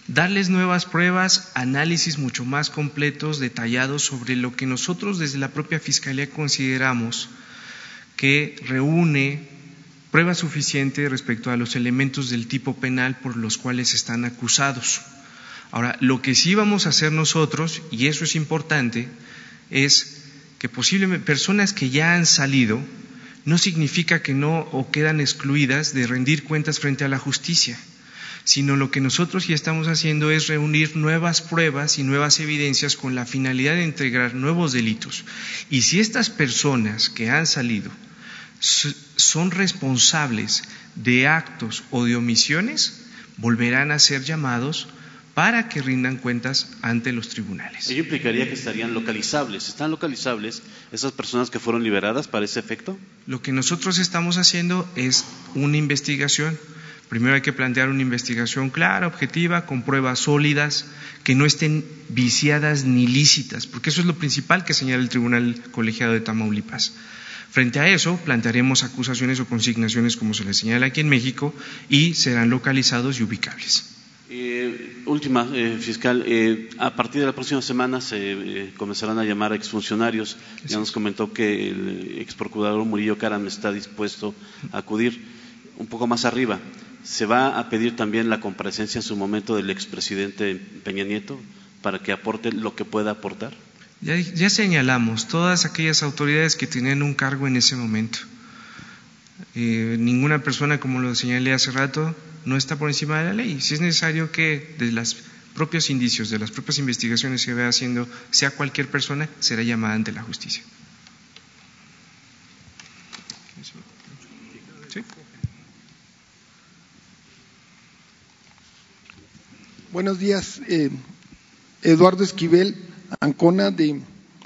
darles nuevas pruebas, análisis mucho más completos, detallados sobre lo que nosotros desde la propia Fiscalía consideramos que reúne prueba suficiente respecto a los elementos del tipo penal por los cuales están acusados. Ahora, lo que sí vamos a hacer nosotros, y eso es importante, es que posiblemente personas que ya han salido no significa que no o quedan excluidas de rendir cuentas frente a la justicia, sino lo que nosotros ya estamos haciendo es reunir nuevas pruebas y nuevas evidencias con la finalidad de integrar nuevos delitos. Y si estas personas que han salido son responsables de actos o de omisiones, volverán a ser llamados para que rindan cuentas ante los tribunales. ¿Ello implicaría que estarían localizables? ¿Están localizables esas personas que fueron liberadas para ese efecto? Lo que nosotros estamos haciendo es una investigación. Primero hay que plantear una investigación clara, objetiva, con pruebas sólidas, que no estén viciadas ni lícitas, porque eso es lo principal que señala el Tribunal Colegiado de Tamaulipas. Frente a eso, plantearemos acusaciones o consignaciones, como se les señala aquí en México, y serán localizados y ubicables. Eh, última, eh, fiscal, eh, a partir de la próxima semana se eh, comenzarán a llamar a exfuncionarios. Sí. Ya nos comentó que el ex procurador Murillo Caram está dispuesto a acudir. Un poco más arriba, ¿se va a pedir también la comparecencia en su momento del expresidente Peña Nieto para que aporte lo que pueda aportar? Ya, ya señalamos todas aquellas autoridades que tenían un cargo en ese momento. Eh, ninguna persona, como lo señalé hace rato, no está por encima de la ley. Si es necesario que de los propios indicios, de las propias investigaciones que se vaya haciendo, sea cualquier persona, será llamada ante la justicia. ¿Sí? Buenos días, eh, Eduardo Esquivel, Ancona, de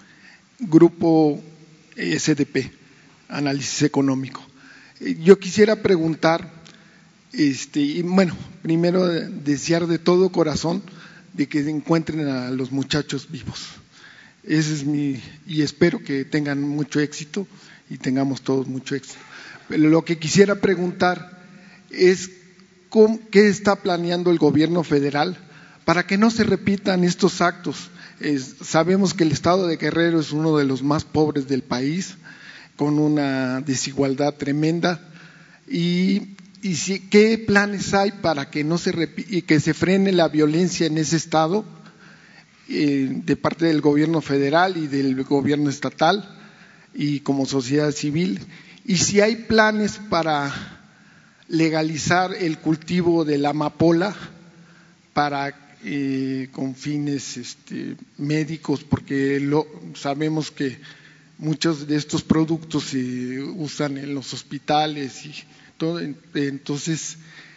Grupo S D P, Análisis Económico. Eh, yo quisiera preguntar, este, y bueno, primero desear de todo corazón de que encuentren a los muchachos vivos. Ese es mi, y espero que tengan mucho éxito y tengamos todos mucho éxito. Pero lo que quisiera preguntar es ¿cómo, qué está planeando el gobierno federal para que no se repitan estos actos? Es, sabemos que el estado de Guerrero es uno de los más pobres del país, con una desigualdad tremenda, y, y si, ¿qué planes hay para que no se repita y que se frene la violencia en ese estado eh, de parte del gobierno federal y del gobierno estatal y como sociedad civil? Y si hay planes para legalizar el cultivo de la amapola para Eh, con fines este, médicos, porque lo, sabemos que muchos de estos productos se usan en los hospitales y todo. Entonces,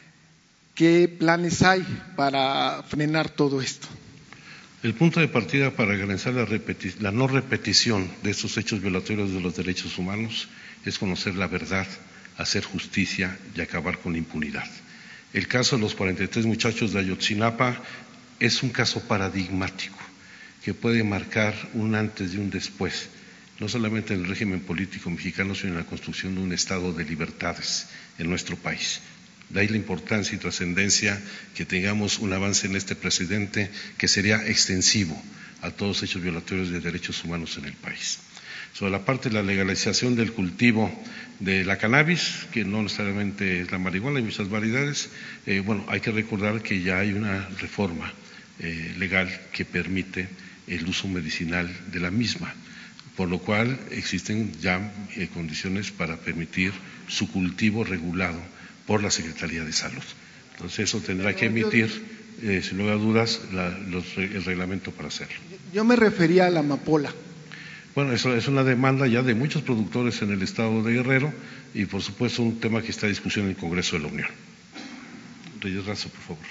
¿qué planes hay para frenar todo esto? El punto de partida para garantizar la, la no repetición de estos hechos violatorios de los derechos humanos es conocer la verdad, hacer justicia y acabar con la impunidad. El caso de los cuarenta y tres muchachos de Ayotzinapa es un caso paradigmático que puede marcar un antes y un después, no solamente en el régimen político mexicano, sino en la construcción de un estado de libertades en nuestro país. De ahí la importancia y trascendencia que tengamos un avance en este precedente que sería extensivo a todos los hechos violatorios de derechos humanos en el país. Sobre la parte de la legalización del cultivo de la cannabis, que no necesariamente es la marihuana, hay muchas variedades, eh, bueno, hay que recordar que ya hay una reforma eh, legal que permite el uso medicinal de la misma, por lo cual existen ya eh, condiciones para permitir su cultivo regulado por la Secretaría de Salud. Entonces eso tendrá que emitir, eh, sin lugar a dudas, la, los, el reglamento para hacerlo. Yo me refería a la amapola. Bueno, eso es una demanda ya de muchos productores en el estado de Guerrero y por supuesto un tema que está en discusión en el Congreso de la Unión. Reyes Razo, por favor.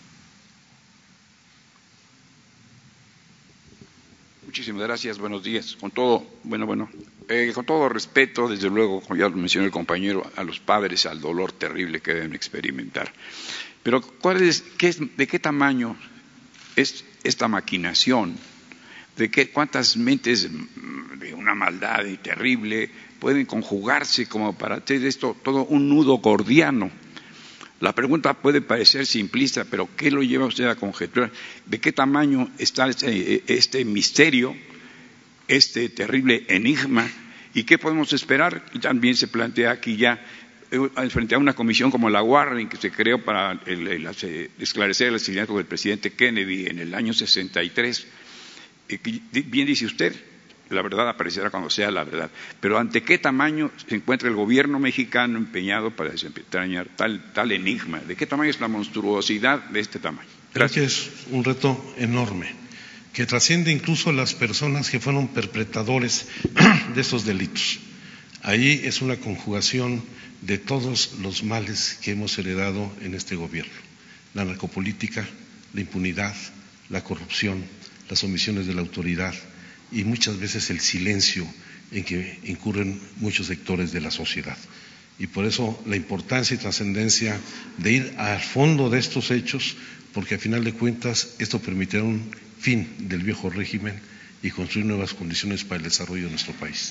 Muchísimas gracias, buenos días. Con todo, bueno, bueno, eh, con todo respeto, desde luego, como ya lo mencionó el compañero, a los padres, al dolor terrible que deben experimentar. Pero, ¿cuál es, qué es, ¿de qué tamaño es esta maquinación? ¿De qué, cuántas mentes de una maldad terrible pueden conjugarse como para hacer esto todo un nudo gordiano? La pregunta puede parecer simplista, pero ¿qué lo lleva usted a conjeturar? ¿De qué tamaño está este, este misterio, este terrible enigma? ¿Y qué podemos esperar? Y también se plantea aquí ya, frente a una comisión como la Warren, que se creó para el, el, el, esclarecer el asesinato del presidente Kennedy en el año sesenta y tres. Bien dice usted, la verdad aparecerá cuando sea la verdad. Pero ¿ante qué tamaño se encuentra el gobierno mexicano empeñado para desentrañar tal, tal enigma? ¿De qué tamaño es la monstruosidad de este tamaño? Gracias. Creo que es un reto enorme, que trasciende incluso a las personas que fueron perpetradores de estos delitos. Ahí es una conjugación de todos los males que hemos heredado en este gobierno: la narcopolítica, la impunidad, la corrupción, las omisiones de la autoridad y muchas veces el silencio en que incurren muchos sectores de la sociedad. Y por eso la importancia y trascendencia de ir al fondo de estos hechos, porque a final de cuentas esto permitirá un fin del viejo régimen y construir nuevas condiciones para el desarrollo de nuestro país.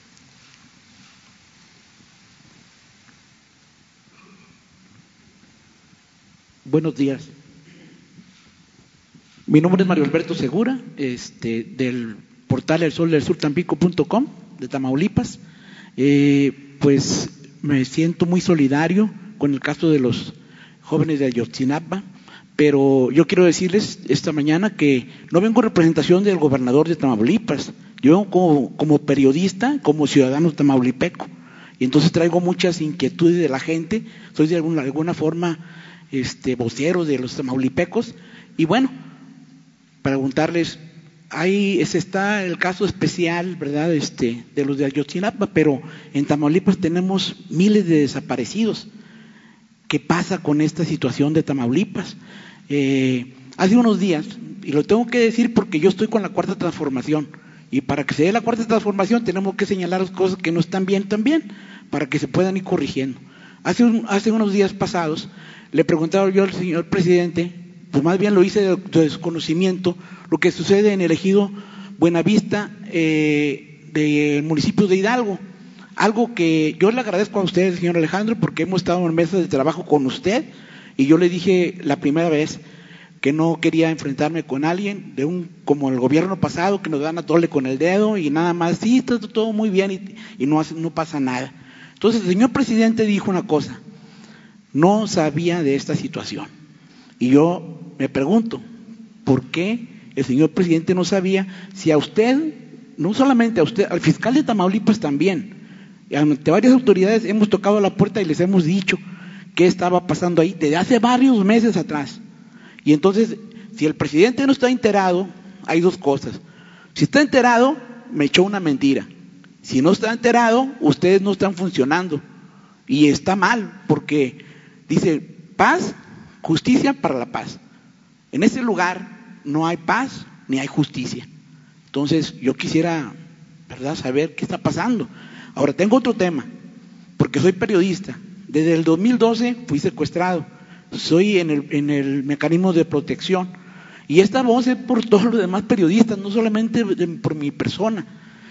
Buenos días. Mi nombre es Mario Alberto Segura, este, del portal el sol del sur tampico punto com, de Tamaulipas. Eh, pues me siento muy solidario con el caso de los jóvenes de Ayotzinapa, pero yo quiero decirles esta mañana que no vengo en representación del gobernador de Tamaulipas, yo vengo como, como periodista, como ciudadano tamaulipeco, y entonces traigo muchas inquietudes de la gente, soy de alguna, alguna forma este, vocero de los tamaulipecos, y bueno, preguntarles, ahí está el caso especial, ¿verdad?, este, de los de Ayotzinapa, pero en Tamaulipas tenemos miles de desaparecidos. ¿Qué pasa con esta situación de Tamaulipas? Eh, hace unos días, y lo tengo que decir porque yo estoy con la Cuarta Transformación, y para que se dé la Cuarta Transformación tenemos que señalar las cosas que no están bien también, para que se puedan ir corrigiendo. Hace, un, hace unos días pasados le preguntaba yo al señor presidente, pues más bien lo hice de, de desconocimiento, lo que sucede en el ejido Buenavista eh, del municipio de Hidalgo. Algo que yo le agradezco a usted, señor Alejandro, porque hemos estado en mesas de trabajo con usted y yo le dije la primera vez que no quería enfrentarme con alguien de un como el gobierno pasado que nos dan a tole con el dedo y nada más, sí, está todo muy bien y, y no, hace, no pasa nada. Entonces el señor presidente dijo una cosa, no sabía de esta situación. Y yo me pregunto, ¿por qué el señor presidente no sabía si a usted, no solamente a usted, al fiscal de Tamaulipas también, y ante varias autoridades hemos tocado la puerta y les hemos dicho qué estaba pasando ahí desde hace varios meses atrás? Y entonces, si el presidente no está enterado, hay dos cosas. Si está enterado, me echó una mentira. Si no está enterado, ustedes no están funcionando. Y está mal, porque dice paz, justicia para la paz. En ese lugar no hay paz ni hay justicia. Entonces, yo quisiera, ¿verdad?, saber qué está pasando. Ahora, tengo otro tema, porque soy periodista. Desde el dos mil doce fui secuestrado. Soy en el, en el mecanismo de protección. Y esta voz es por todos los demás periodistas, no solamente de, por mi persona.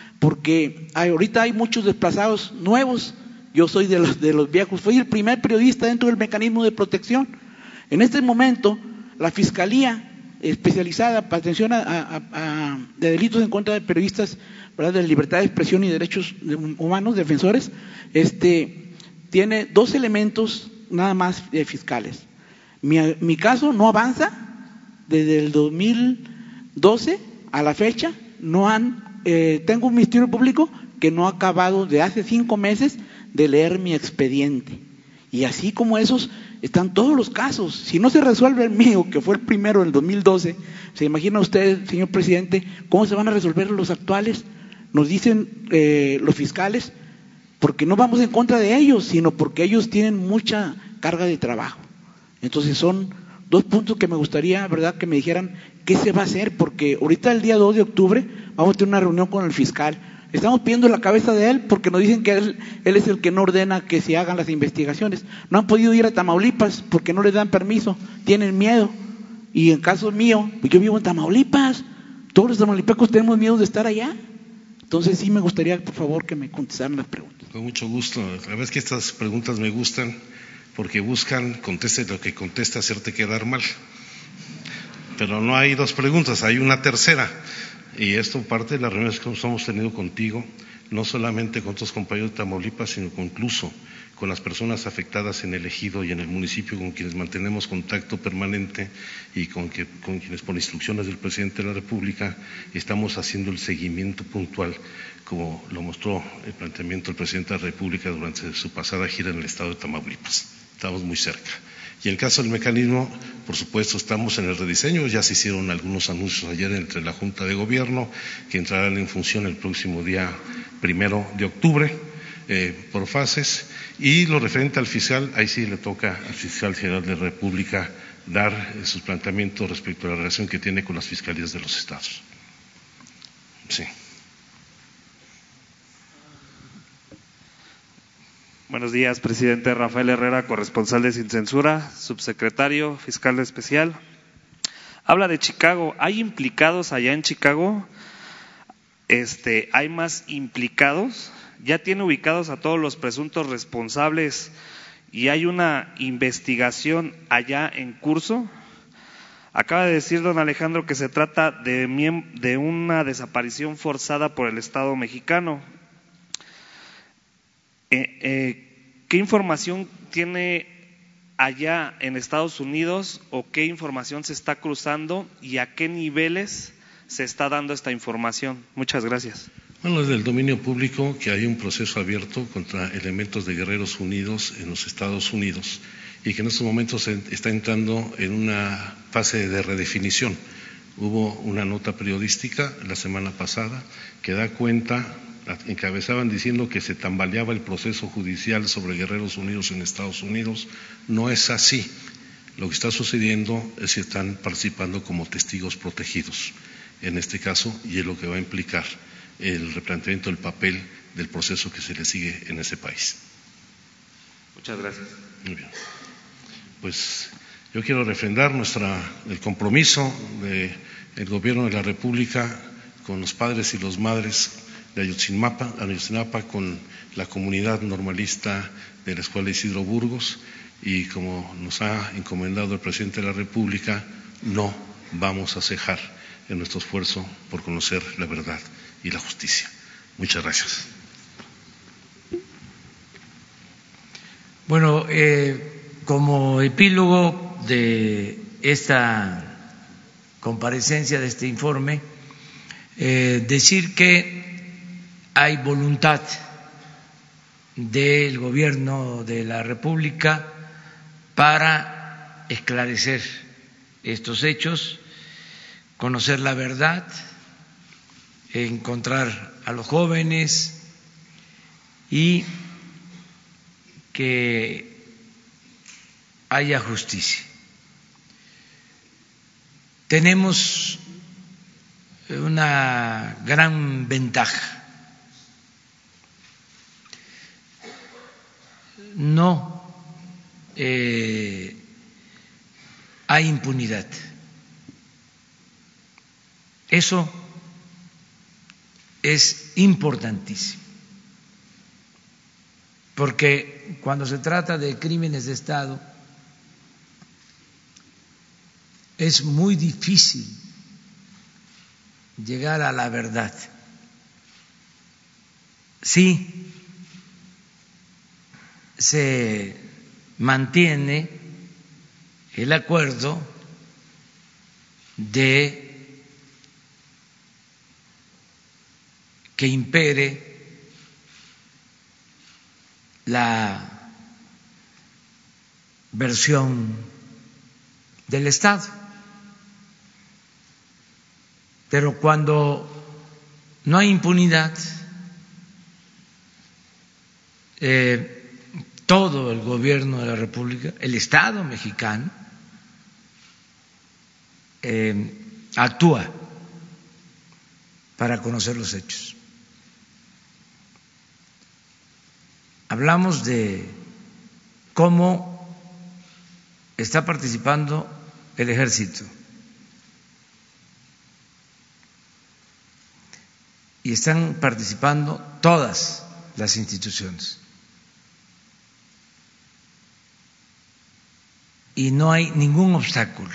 Porque hay, ahorita hay muchos desplazados nuevos. Yo soy de los, de los viejos. Fui el primer periodista dentro del mecanismo de protección. En este momento, la Fiscalía especializada para atención a, a, a, de delitos en contra de periodistas, ¿verdad?, de libertad de expresión y derechos humanos, defensores, este, tiene dos elementos nada más eh, fiscales. Mi, mi caso no avanza desde el dos mil doce a la fecha, no han, eh, tengo un ministerio público que no ha acabado de hace cinco meses de leer mi expediente. Y así como esos, están todos los casos. Si no se resuelve el mío, que fue el primero en el dos mil doce, ¿se imagina usted, señor presidente, cómo se van a resolver los actuales? Nos dicen eh, los fiscales, porque no vamos en contra de ellos, sino porque ellos tienen mucha carga de trabajo. Entonces son dos puntos que me gustaría, ¿verdad?, que me dijeran qué se va a hacer, porque ahorita el día dos de octubre vamos a tener una reunión con el fiscal. Estamos pidiendo la cabeza de él porque nos dicen que él, él es el que no ordena que se hagan las investigaciones. No han podido ir a Tamaulipas porque no les dan permiso, tienen miedo. Y en caso mío, pues yo vivo en Tamaulipas, todos los tamaulipecos tenemos miedo de estar allá. Entonces sí me gustaría, por favor, que me contestaran las preguntas. Con mucho gusto. La verdad es que estas preguntas me gustan porque buscan, conteste lo que conteste, hacerte quedar mal. Pero no hay dos preguntas, hay una tercera. Y esto parte de las reuniones que hemos tenido contigo, no solamente con otros compañeros de Tamaulipas, sino incluso con las personas afectadas en el ejido y en el municipio, con quienes mantenemos contacto permanente y con, que, con quienes por instrucciones del presidente de la República estamos haciendo el seguimiento puntual, como lo mostró el planteamiento del presidente de la República durante su pasada gira en el estado de Tamaulipas. Estamos muy cerca. Y en el caso del mecanismo, por supuesto, estamos en el rediseño. Ya se hicieron algunos anuncios ayer entre la Junta de Gobierno, que entrarán en función el próximo día primero de octubre, eh, por fases. Y lo referente al fiscal, ahí sí le toca al fiscal general de la República dar eh, sus planteamientos respecto a la relación que tiene con las fiscalías de los estados. Sí. Buenos días, presidente. Rafael Herrera, corresponsal de Sin Censura, subsecretario fiscal especial. Habla de Chicago. ¿Hay implicados allá en Chicago? Este, ¿hay más implicados? ¿Ya tiene ubicados a todos los presuntos responsables y hay una investigación allá en curso? Acaba de decir don Alejandro que se trata de, de una desaparición forzada por el Estado mexicano. Eh, eh, ¿Qué información tiene allá en Estados Unidos o qué información se está cruzando y a qué niveles se está dando esta información? Muchas gracias. Bueno, es del dominio público que hay un proceso abierto contra elementos de Guerreros Unidos en los Estados Unidos y que en estos momentos está entrando en una fase de redefinición. Hubo una nota periodística la semana pasada que da cuenta, encabezaban diciendo que se tambaleaba el proceso judicial sobre Guerreros Unidos en Estados Unidos. No es así. Lo que está sucediendo es que están participando como testigos protegidos en este caso, y es lo que va a implicar el replanteamiento del papel del proceso que se le sigue en ese país. Muchas gracias. Muy bien. Pues yo quiero refrendar nuestra, el compromiso del Gobierno de la República con los padres y las madres de Ayotzinapa, Ayotzinapa, con la comunidad normalista de la Escuela Isidro Burgos, y como nos ha encomendado el presidente de la República, no vamos a cejar en nuestro esfuerzo por conocer la verdad y la justicia. Muchas gracias. Bueno, eh, como epílogo de esta comparecencia, de este informe, eh, decir que hay voluntad del Gobierno de la República para esclarecer estos hechos, conocer la verdad, encontrar a los jóvenes y que haya justicia. Tenemos una gran ventaja. No eh, hay impunidad. Eso es importantísimo, porque cuando se trata de crímenes de Estado es muy difícil llegar a la verdad. Sí, se mantiene el acuerdo de que impere la versión del Estado. Pero cuando no hay impunidad, eh, todo el gobierno de la República, el Estado mexicano, eh, actúa para conocer los hechos. Hablamos de cómo está participando el ejército y están participando todas las instituciones. y no hay ningún obstáculo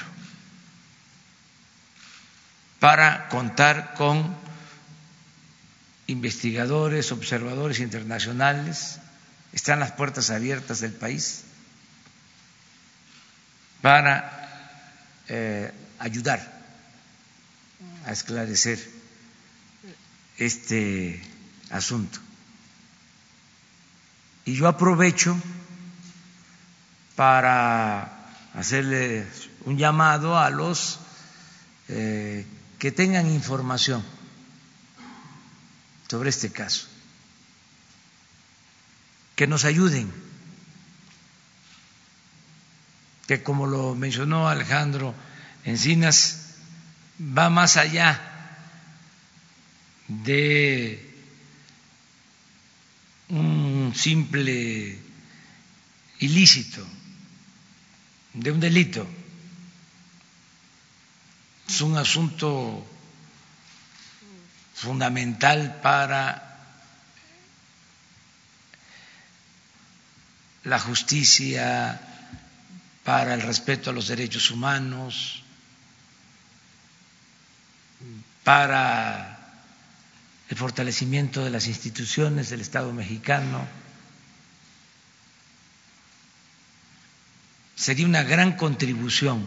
para contar con investigadores, observadores internacionales. Están las puertas abiertas del país para eh, ayudar a esclarecer este asunto. Y yo aprovecho para hacerle un llamado a los eh, que tengan información sobre este caso, que nos ayuden, que como lo mencionó Alejandro Encinas, va más allá de un simple ilícito, de un delito. Es un asunto fundamental para la justicia, para el respeto a los derechos humanos, para el fortalecimiento de las instituciones del Estado mexicano. Sería una gran contribución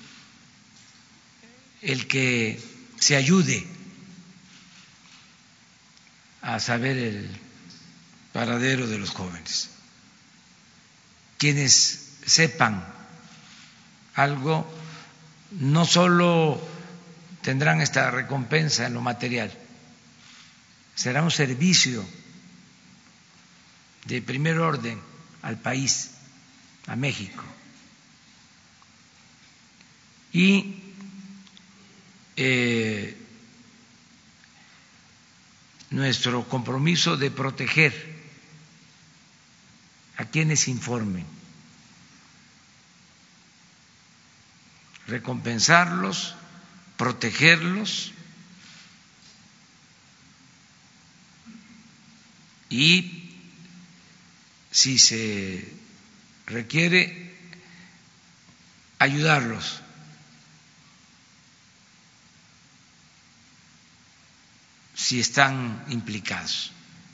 el que se ayude a saber el paradero de los jóvenes. Quienes sepan algo no solo tendrán esta recompensa en lo material, será un servicio de primer orden al país, a México. Y eh, nuestro compromiso de proteger a quienes informen, recompensarlos, protegerlos y, si se requiere, ayudarlos si están implicados.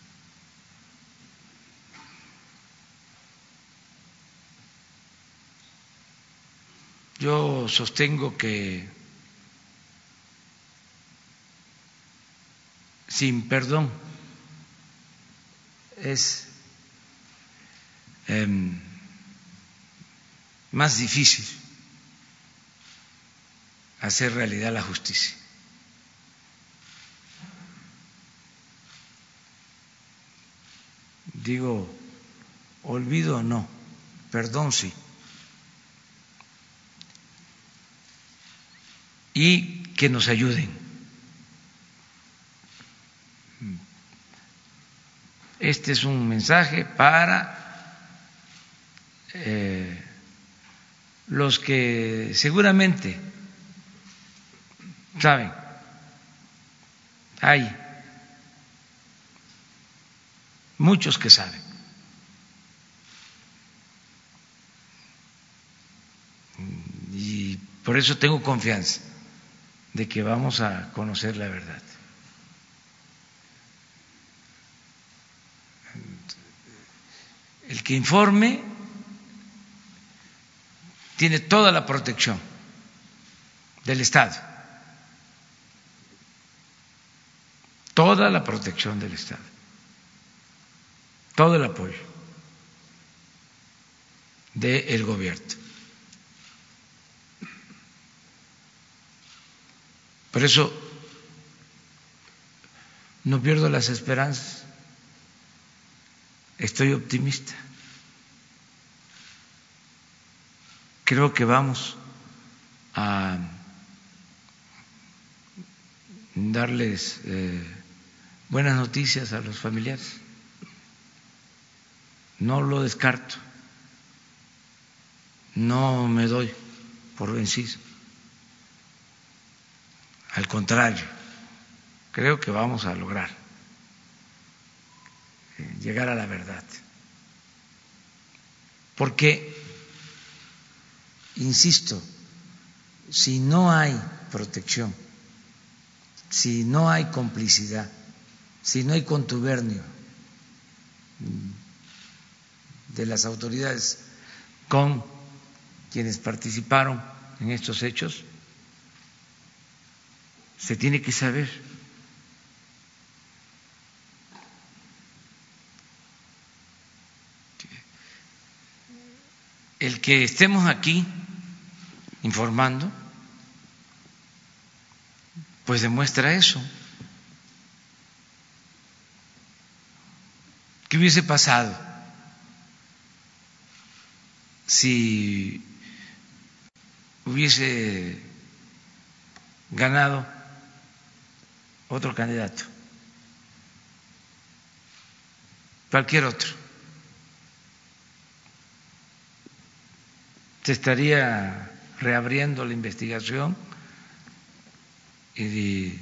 Yo sostengo que sin perdón es eh, más difícil hacer realidad la justicia. Digo, olvido no, perdón sí. Y que nos ayuden. Este es un mensaje para eh, los que seguramente saben, hay muchos que saben. Y por eso tengo confianza de que vamos a conocer la verdad. El que informe tiene toda la protección del Estado, toda la protección del Estado, todo el apoyo del gobierno. Por eso no pierdo las esperanzas, estoy optimista. Creo que vamos a darles eh, buenas noticias a los familiares. No lo descarto, no me doy por vencido. Al contrario, creo que vamos a lograr llegar a la verdad. Porque insisto, si no hay protección, si no hay complicidad, si no hay contubernio de las autoridades con quienes participaron en estos hechos, se tiene que saber. El que estemos aquí informando, pues demuestra eso. ¿Qué hubiese pasado si hubiese ganado otro candidato, cualquier otro? Se estaría reabriendo la investigación y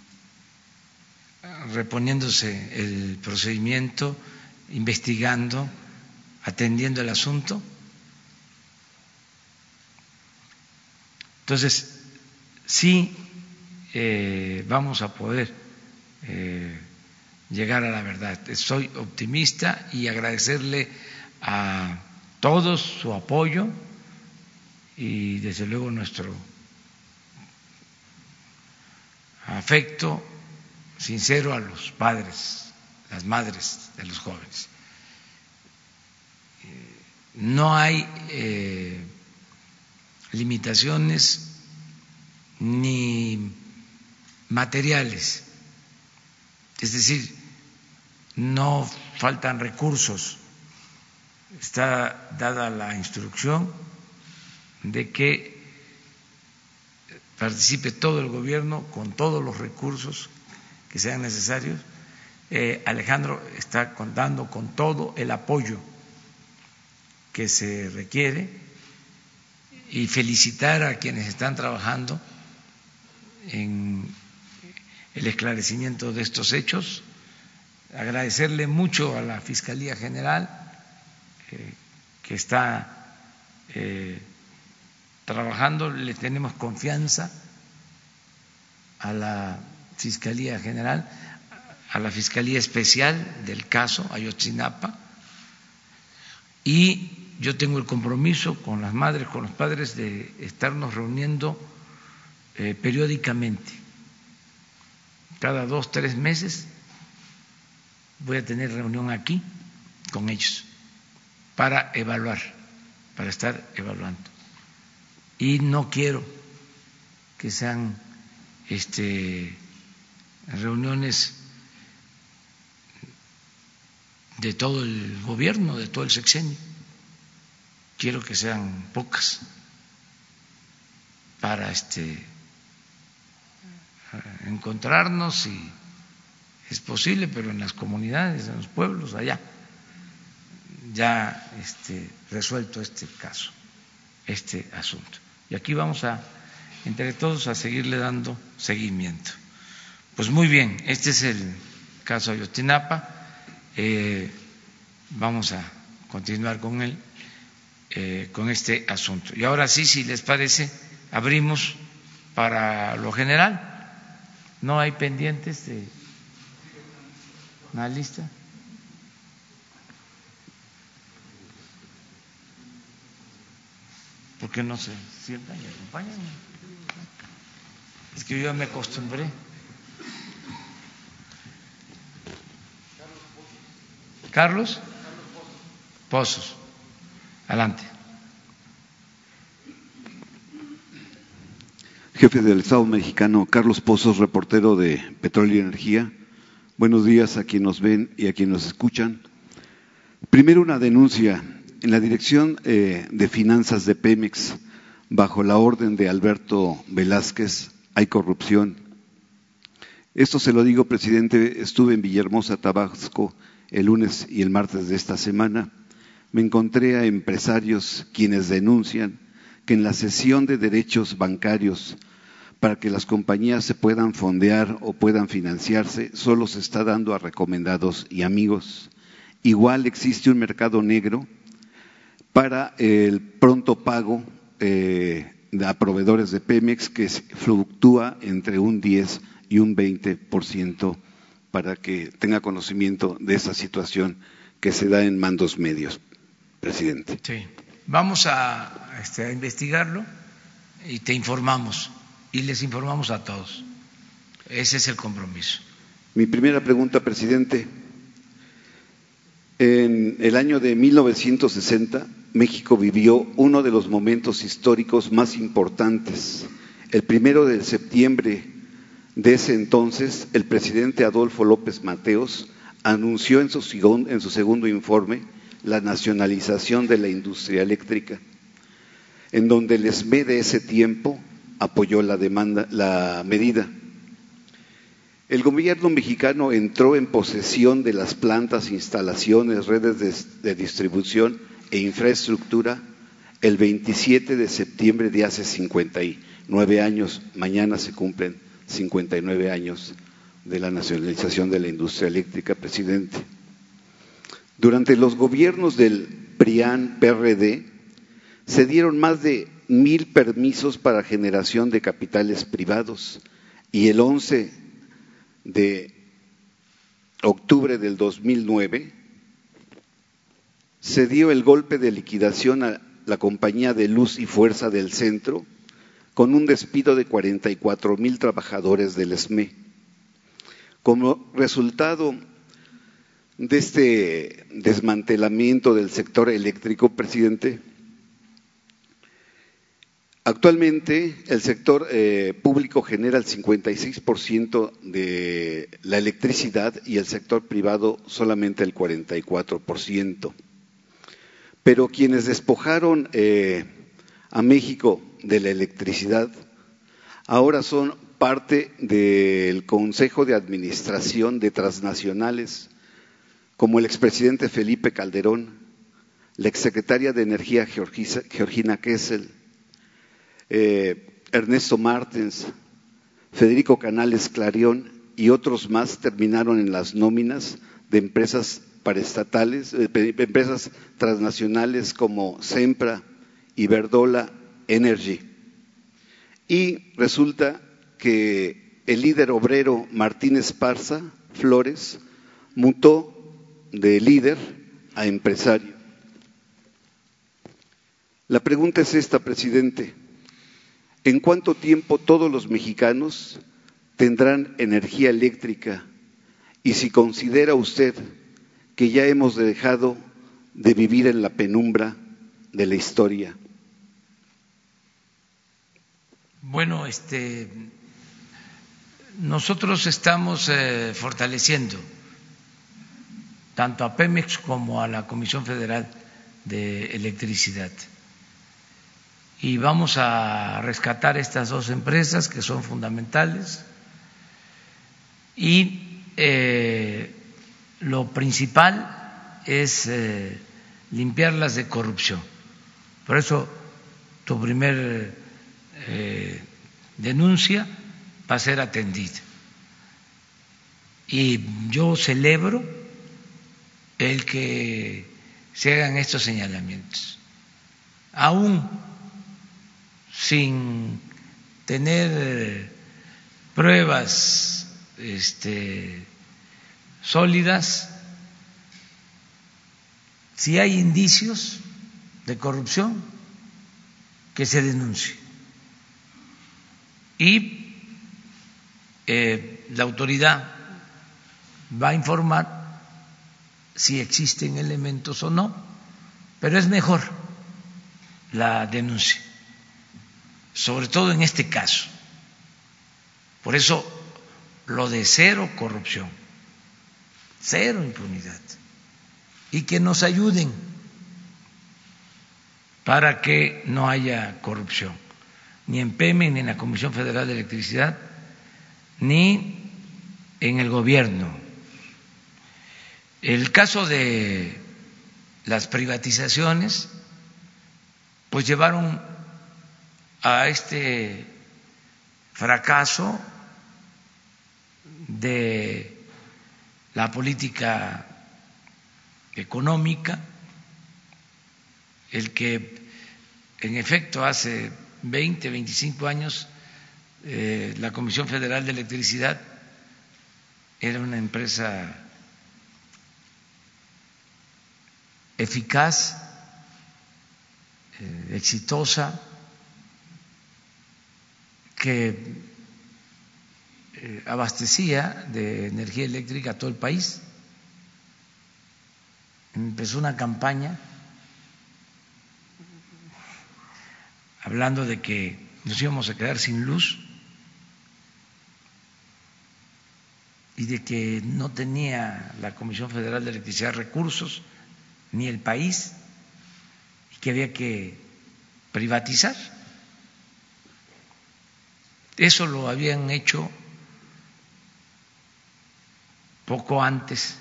reponiéndose el procedimiento, investigando, atendiendo el asunto. Entonces, sí eh, vamos a poder eh, llegar a la verdad. Soy optimista y agradecerle a todos su apoyo y desde luego nuestro afecto sincero a los padres, las madres de los jóvenes. No hay eh, limitaciones ni materiales, es decir, no faltan recursos. Está dada la instrucción de que participe todo el gobierno con todos los recursos que sean necesarios. Eh, Alejandro está contando con todo el apoyo que se requiere y felicitar a quienes están trabajando en el esclarecimiento de estos hechos, agradecerle mucho a la Fiscalía General eh, que está eh, trabajando, le tenemos confianza a la Fiscalía General, a la Fiscalía Especial del caso Ayotzinapa, y yo tengo el compromiso con las madres, con los padres, de estarnos reuniendo eh, periódicamente. Cada dos, tres meses voy a tener reunión aquí con ellos para evaluar, para estar evaluando. Y no quiero que sean este, reuniones de todo el gobierno, de todo el sexenio. Quiero que sean pocas para este, encontrarnos, si es posible, pero en las comunidades, en los pueblos, allá, ya este, resuelto este caso, este asunto. Y aquí vamos a, entre todos, a seguirle dando seguimiento. Pues muy bien, este es el caso Ayotzinapa. Eh, vamos a continuar con él, eh, con este asunto. Y ahora sí, si les parece, abrimos para lo general. No hay pendientes de una lista. ¿Por qué no se sientan y acompañan? Es que yo ya me acostumbré. Carlos Pozos, adelante. Jefe del Estado mexicano, Carlos Pozos, reportero de Petróleo y Energía. Buenos días a quienes nos ven y a quienes nos escuchan. Primero, una denuncia. En la Dirección eh, de Finanzas de Pemex, bajo la orden de Alberto Velázquez, hay corrupción. Esto se lo digo, presidente, estuve en Villahermosa, Tabasco, el lunes y el martes de esta semana. Me encontré a empresarios quienes denuncian que en la cesión de derechos bancarios para que las compañías se puedan fondear o puedan financiarse, solo se está dando a recomendados y amigos. Igual existe un mercado negro para el pronto pago eh, a proveedores de Pemex que fluctúa entre un diez y un veinte por ciento para que tenga conocimiento de esa situación que se da en mandos medios, presidente. Sí, vamos a, este, a investigarlo y te informamos y les informamos a todos. Ese es el compromiso. Mi primera pregunta, presidente. En el año de mil novecientos sesenta, México vivió uno de los momentos históricos más importantes. El primero de septiembre de ese entonces, el presidente Adolfo López Mateos anunció en su, en su segundo informe la nacionalización de la industria eléctrica, en donde el E S M E de ese tiempo apoyó la demanda, la medida. El gobierno mexicano entró en posesión de las plantas, instalaciones, redes de, de distribución e infraestructura el veintisiete de septiembre de hace cincuenta y nueve años. Mañana se cumplen cincuenta y nueve años de la nacionalización de la industria eléctrica, presidente. Durante los gobiernos del P R I A N P R D se dieron más de mil permisos para generación de capitales privados y el once de octubre del dos mil nueve se dio el golpe de liquidación a la compañía de Luz y Fuerza del Centro con un despido de cuarenta y cuatro mil trabajadores del E S M E. Como resultado de este desmantelamiento del sector eléctrico, presidente, actualmente el sector eh, público genera el cincuenta y seis por ciento de la electricidad y el sector privado solamente el cuarenta y cuatro por ciento. Pero quienes despojaron eh, a México de la electricidad ahora son parte del Consejo de Administración de transnacionales, como el expresidente Felipe Calderón, la exsecretaria de Energía Georgina Kessel, eh, Ernesto Martens, Federico Canales Clarión y otros más terminaron en las nóminas de empresas paraestatales, eh, empresas transnacionales como Sempra, Iberdrola, Energy. Y resulta que el líder obrero Martín Esparza Flores mutó de líder a empresario. La pregunta es esta, presidente. ¿En cuánto tiempo todos los mexicanos tendrán energía eléctrica? Y si considera usted que ya hemos dejado de vivir en la penumbra de la historia. Bueno, este, nosotros estamos eh, fortaleciendo tanto a Pemex como a la Comisión Federal de Electricidad. Y vamos a rescatar estas dos empresas que son fundamentales y eh, lo principal es eh, limpiarlas de corrupción. Por eso tu primer eh, denuncia va a ser atendida. Y yo celebro el que se hagan estos señalamientos, aún sin tener pruebas este, sólidas. Si hay indicios de corrupción, que se denuncie. Y eh, la autoridad va a informar si existen elementos o no, pero es mejor la denuncia, sobre todo en este caso. Por eso lo de cero corrupción, cero impunidad, y que nos ayuden para que no haya corrupción, ni en Pemex, ni en la Comisión Federal de Electricidad, ni en el gobierno. El caso de las privatizaciones, pues llevaron a este fracaso de la política económica, el que En efecto, hace veinte, veinticinco años eh, la Comisión Federal de Electricidad era una empresa eficaz, eh, exitosa, que eh, abastecía de energía eléctrica a todo el país. Empezó una campaña hablando de que nos íbamos a quedar sin luz y de que no tenía la Comisión Federal de Electricidad recursos, ni el país, y que había que privatizar. Eso lo habían hecho poco antes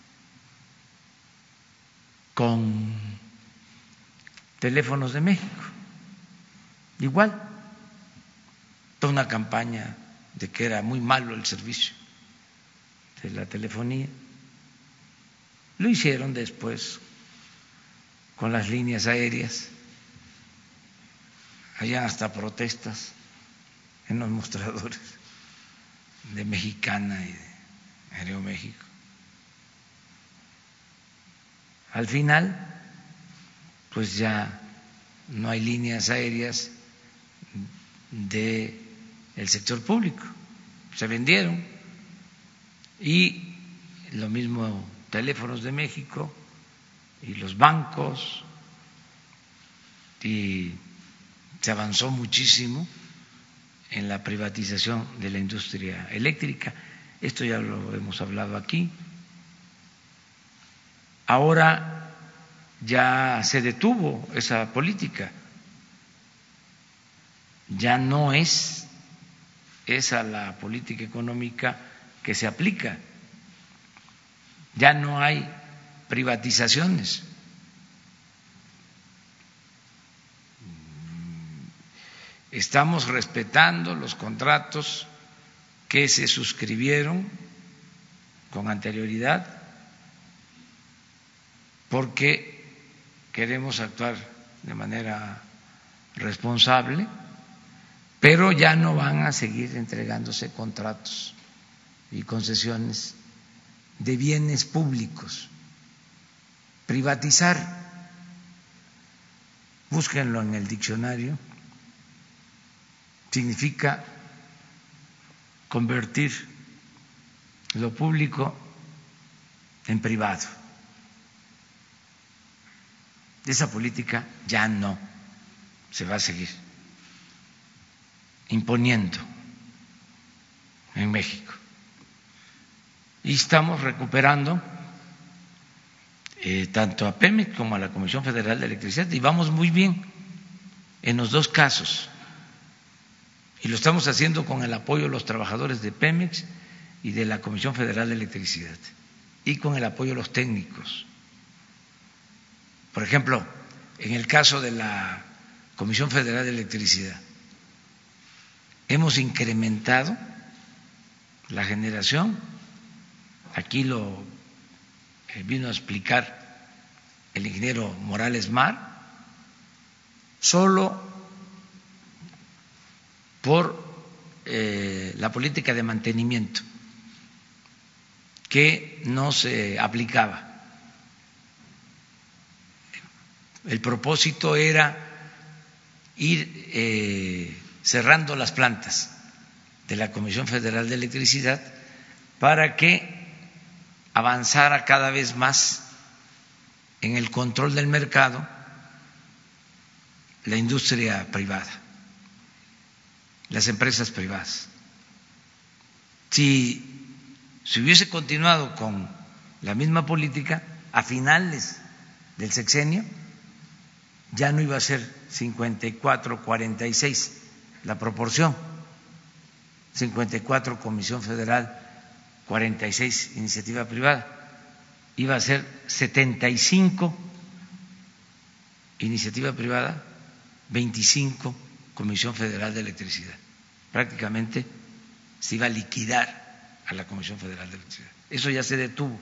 con Teléfonos de México. Igual, toda una campaña de que era muy malo el servicio de la telefonía. Lo hicieron después con las líneas aéreas. Había hasta protestas en los mostradores de Mexicana y de Aeroméxico. Al final, pues ya no hay líneas aéreas del sector público, se vendieron, y lo mismo Teléfonos de México y los bancos, y se avanzó muchísimo en la privatización de la industria eléctrica. Esto ya lo hemos hablado aquí. Ahora ya se detuvo esa política, ya no es esa la política económica que se aplica, ya no hay privatizaciones. Estamos respetando los contratos que se suscribieron con anterioridad porque queremos actuar de manera responsable, pero ya no van a seguir entregándose contratos y concesiones de bienes públicos. Privatizar, búsquenlo en el diccionario, significa convertir lo público en privado. Esa política ya no se va a seguir imponiendo en México. Y estamos recuperando eh, tanto a Pemex como a la Comisión Federal de Electricidad, y vamos muy bien en los dos casos. Y lo estamos haciendo con el apoyo de los trabajadores de Pemex y de la Comisión Federal de Electricidad, y con el apoyo de los técnicos. Por ejemplo, en el caso de la Comisión Federal de Electricidad, hemos incrementado la generación. Aquí lo vino a explicar el ingeniero Morales Mar, solo por eh, la política de mantenimiento que no se aplicaba. El propósito era ir eh, cerrando las plantas de la Comisión Federal de Electricidad para que avanzara cada vez más en el control del mercado la industria privada, las empresas privadas. Si se hubiese continuado con la misma política, a finales del sexenio ya no iba a ser cincuenta y cuatro cuarenta y seis la proporción, cincuenta y cuatro Comisión Federal, cuarenta y seis iniciativa privada, iba a ser setenta y cinco iniciativa privada, veinticinco Comisión Federal de Electricidad. Prácticamente se iba a liquidar a la Comisión Federal de Electricidad. Eso ya se detuvo.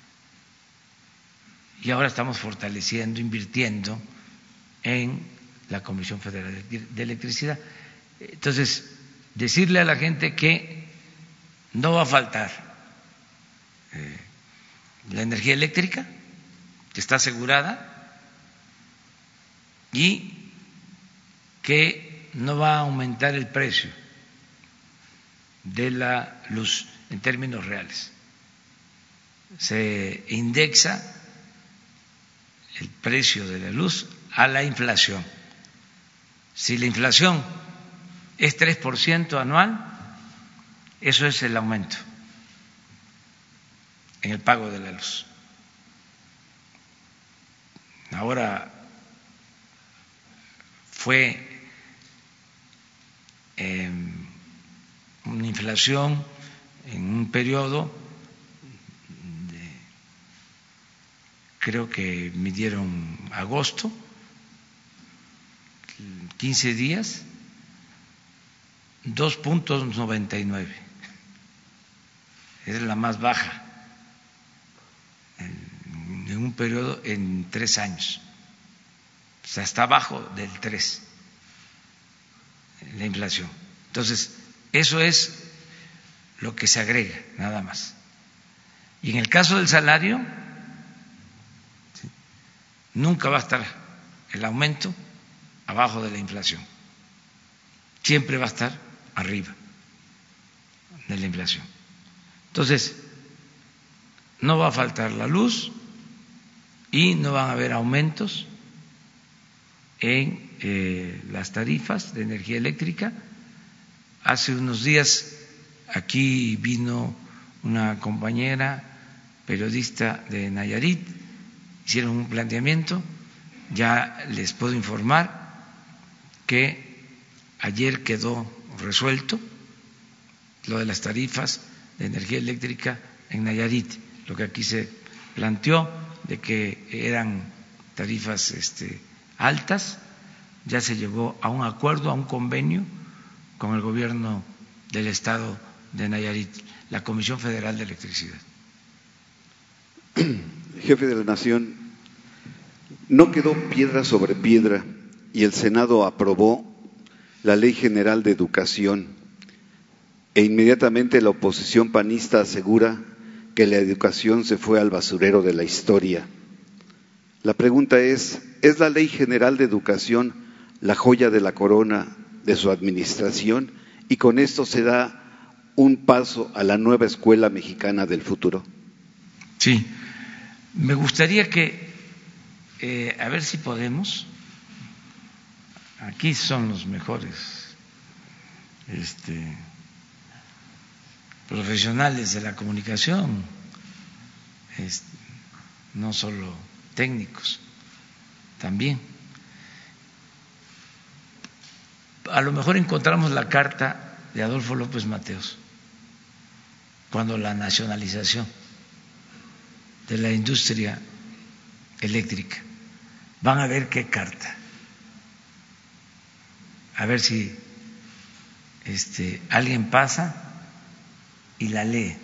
Y ahora estamos fortaleciendo, invirtiendo en la Comisión Federal de Electricidad. Entonces, decirle a la gente que no va a faltar eh, la energía eléctrica, que está asegurada, y que no va a aumentar el precio de la luz en términos reales. Se indexa el precio de la luz a la inflación. Si la inflación es tres por ciento anual, eso es el aumento en el pago de la luz. Ahora fue eh, una inflación en un periodo de, creo que midieron agosto, quince días, dos punto noventa y nueve. Es la más baja en, en un periodo en tres años. O sea, está abajo del tres la inflación. Entonces, eso es lo que se agrega, nada más. Y en el caso del salario, ¿sí?, nunca va a estar el aumento abajo de la inflación. Siempre va a estar arriba de la inflación. Entonces, no va a faltar la luz y no van a haber aumentos en eh, las tarifas de energía eléctrica. Hace unos días aquí vino una compañera periodista de Nayarit, hicieron un planteamiento, ya les puedo informar que ayer quedó resuelto lo de las tarifas de energía eléctrica en Nayarit, lo que aquí se planteó de que eran tarifas este, altas, ya se llegó a un acuerdo, a un convenio con el gobierno del estado de Nayarit, la Comisión Federal de Electricidad. Jefe de la Nación, no quedó piedra sobre piedra y el Senado aprobó la Ley General de Educación e inmediatamente la oposición panista asegura que la educación se fue al basurero de la historia. La pregunta es, ¿es la Ley General de Educación la joya de la corona de su administración y con esto se da un paso a la nueva escuela mexicana del futuro? Sí, me gustaría que, eh, a ver si podemos, aquí son los mejores este, profesionales de la comunicación, este, no solo técnicos, también. A lo mejor encontramos la carta de Adolfo López Mateos cuando la nacionalización de la industria eléctrica. Van a ver qué carta. A ver si este, alguien pasa y la lee.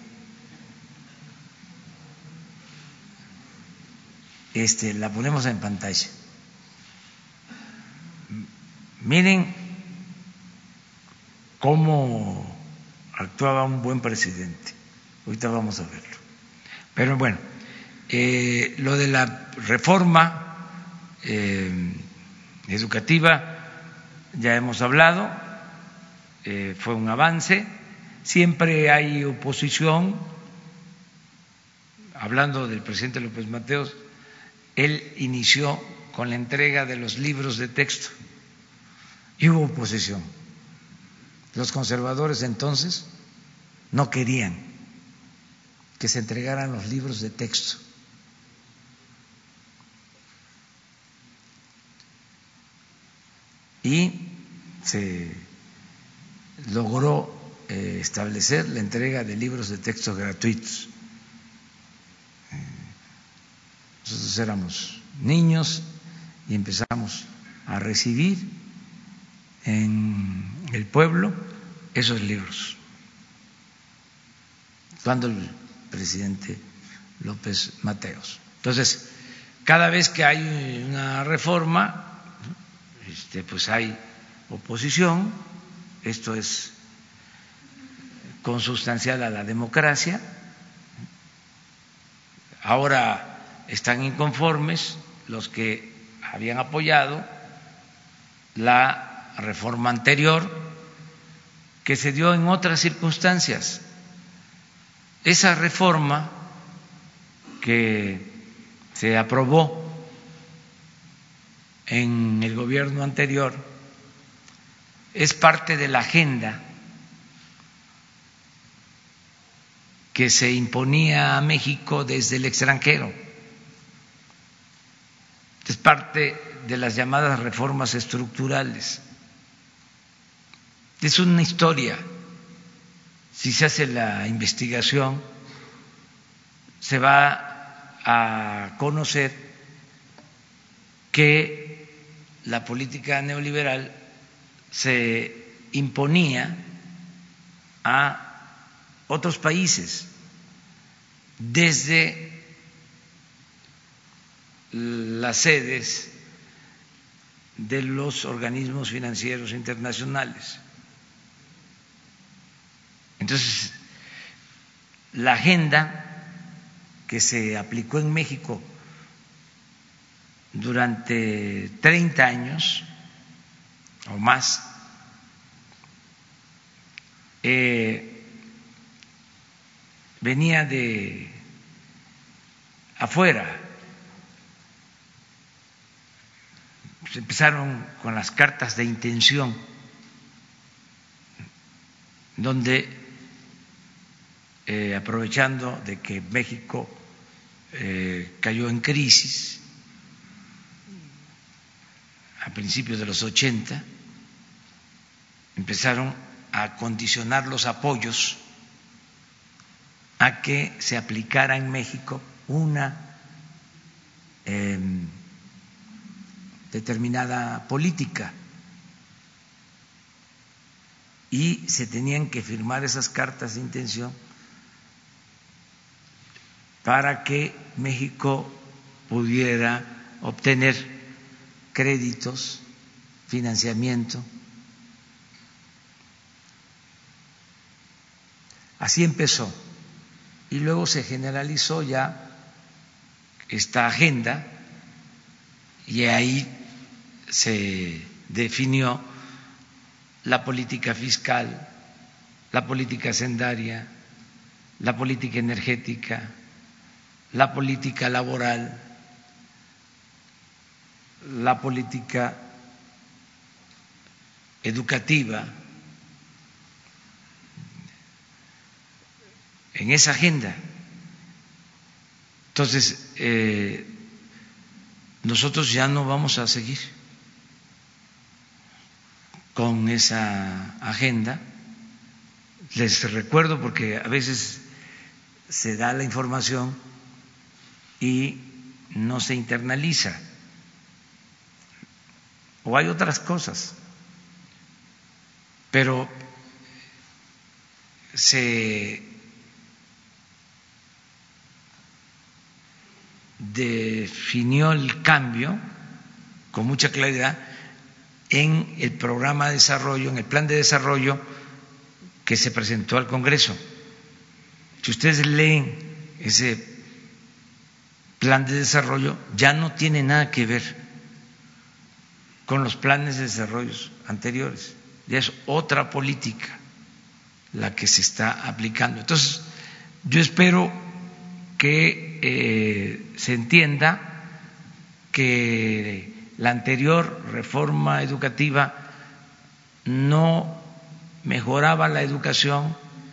Este, la ponemos en pantalla. Miren cómo actuaba un buen presidente. Ahorita vamos a verlo. Pero bueno, eh, lo de la reforma eh, educativa ya hemos hablado, eh, fue un avance. Siempre hay oposición. Hablando del presidente López Mateos, él inició con la entrega de los libros de texto y hubo oposición. Los conservadores entonces no querían que se entregaran los libros de texto. Y se logró eh, establecer la entrega de libros de texto gratuitos. Nosotros éramos niños y empezamos a recibir en el pueblo esos libros. Cuando el presidente López Mateos. Entonces, cada vez que hay una reforma, este, pues hay oposición, esto es consustancial a la democracia. Ahora están inconformes los que habían apoyado la reforma anterior, que se dio en otras circunstancias. Esa reforma que se aprobó en el gobierno anterior es parte de la agenda que se imponía a México desde el extranjero. Es parte de las llamadas reformas estructurales. Es una historia. Si se hace la investigación, se va a conocer que la política neoliberal se imponía a otros países desde las sedes de los organismos financieros internacionales. Entonces, la agenda que se aplicó en México durante treinta años o más eh, venía de afuera. Se empezaron con las cartas de intención, donde eh, aprovechando de que México eh, cayó en crisis a principios de los ochenta, empezaron a condicionar los apoyos a que se aplicara en México una eh, determinada política, y se tenían que firmar esas cartas de intención para que México pudiera obtener créditos, financiamiento. Así empezó, y luego se generalizó ya esta agenda, y ahí se definió la política fiscal, la política hacendaria, la política energética, la política laboral, la política educativa. En esa agenda. Entonces, eh, nosotros ya no vamos a seguir con esa agenda. Les recuerdo, porque a veces se da la información y no se internaliza, o hay otras cosas, pero se definió el cambio con mucha claridad en el programa de desarrollo, en el plan de desarrollo que se presentó al Congreso. Si ustedes leen ese plan de desarrollo, ya no tiene nada que ver con los planes de desarrollo anteriores, ya es otra política la que se está aplicando. Entonces, yo espero que eh, se entienda que la anterior reforma educativa no mejoraba la educación,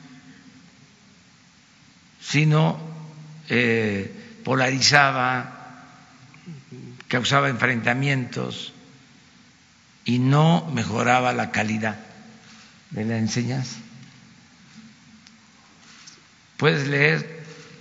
sino eh, polarizaba, causaba enfrentamientos y no mejoraba la calidad de la enseñanza. Puedes leer.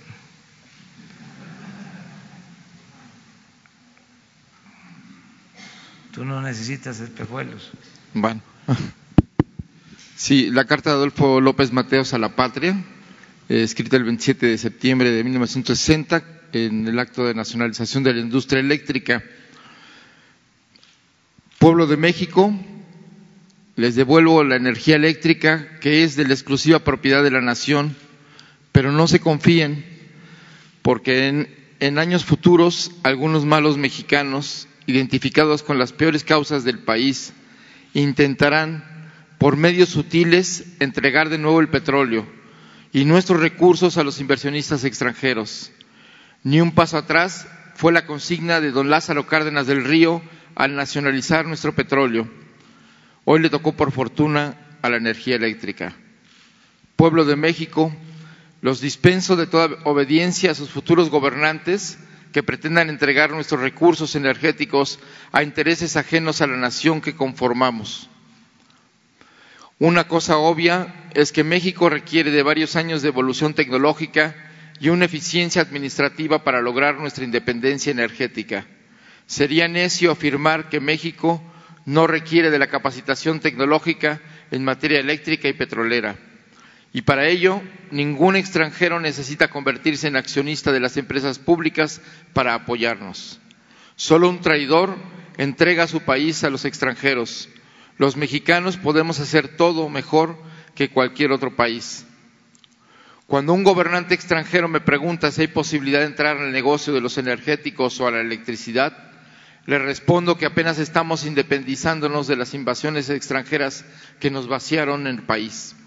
Tú no necesitas espejuelos. Bueno. Sí, la carta de Adolfo López Mateos a la Patria, eh, escrita el veintisiete de septiembre de mil novecientos sesenta en el acto de nacionalización de la industria eléctrica. Pueblo de México, les devuelvo la energía eléctrica que es de la exclusiva propiedad de la nación, pero no se confíen, porque en, en años futuros algunos malos mexicanos, identificados con las peores causas del país, intentarán, por medios sutiles, entregar de nuevo el petróleo y nuestros recursos a los inversionistas extranjeros. Ni un paso atrás fue la consigna de don Lázaro Cárdenas del Río al nacionalizar nuestro petróleo. Hoy le tocó por fortuna a la energía eléctrica. Pueblo de México, los dispenso de toda obediencia a sus futuros gobernantes que pretendan entregar nuestros recursos energéticos a intereses ajenos a la nación que conformamos. Una cosa obvia es que México requiere de varios años de evolución tecnológica y una eficiencia administrativa para lograr nuestra independencia energética. Sería necio afirmar que México no requiere de la capacitación tecnológica en materia eléctrica y petrolera. Y para ello, ningún extranjero necesita convertirse en accionista de las empresas públicas para apoyarnos. Solo un traidor entrega su país a los extranjeros. Los mexicanos podemos hacer todo mejor que cualquier otro país. Cuando un gobernante extranjero me pregunta si hay posibilidad de entrar en el negocio de los energéticos o a la electricidad, le respondo que apenas estamos independizándonos de las invasiones extranjeras que nos vaciaron en el país.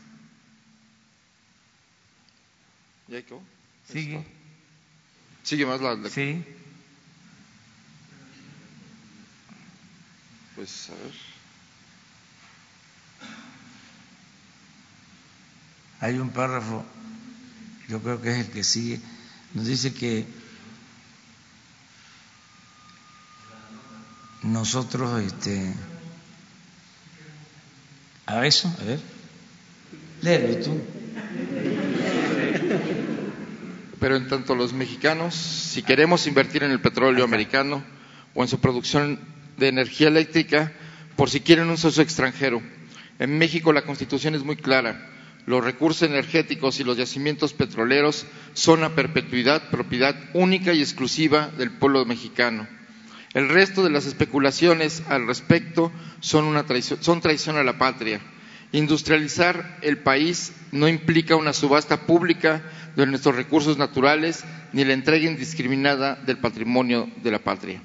¿Ya acabó? Sigue. Sigue más la, la... Sí. Pues a ver. Hay un párrafo, yo creo que es el que sigue, nos dice que nosotros, este, a eso, a ver, léelo tú. Pero en tanto los mexicanos, si queremos invertir en el petróleo americano o en su producción de energía eléctrica, por si quieren un socio extranjero, en México la Constitución es muy clara. Los recursos energéticos y los yacimientos petroleros son a perpetuidad propiedad única y exclusiva del pueblo mexicano. El resto de las especulaciones al respecto son una traición, son traición a la patria. Industrializar el país no implica una subasta pública de nuestros recursos naturales ni la entrega indiscriminada del patrimonio de la patria.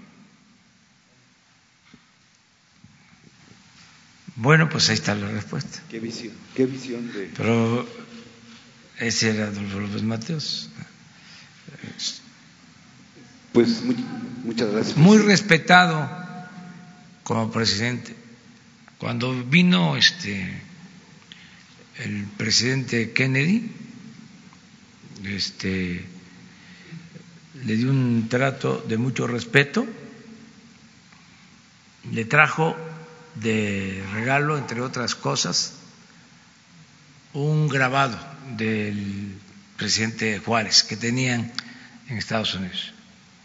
Bueno, pues ahí está la respuesta. ¿Qué visión? ¿Qué visión de...? Pero ese era Adolfo López Mateos. Pues muy, muchas gracias. Muy respetado como presidente. Cuando vino este el presidente Kennedy, este le dio un trato de mucho respeto, le trajo de regalo, entre otras cosas, un grabado del presidente Juárez que tenían en Estados Unidos.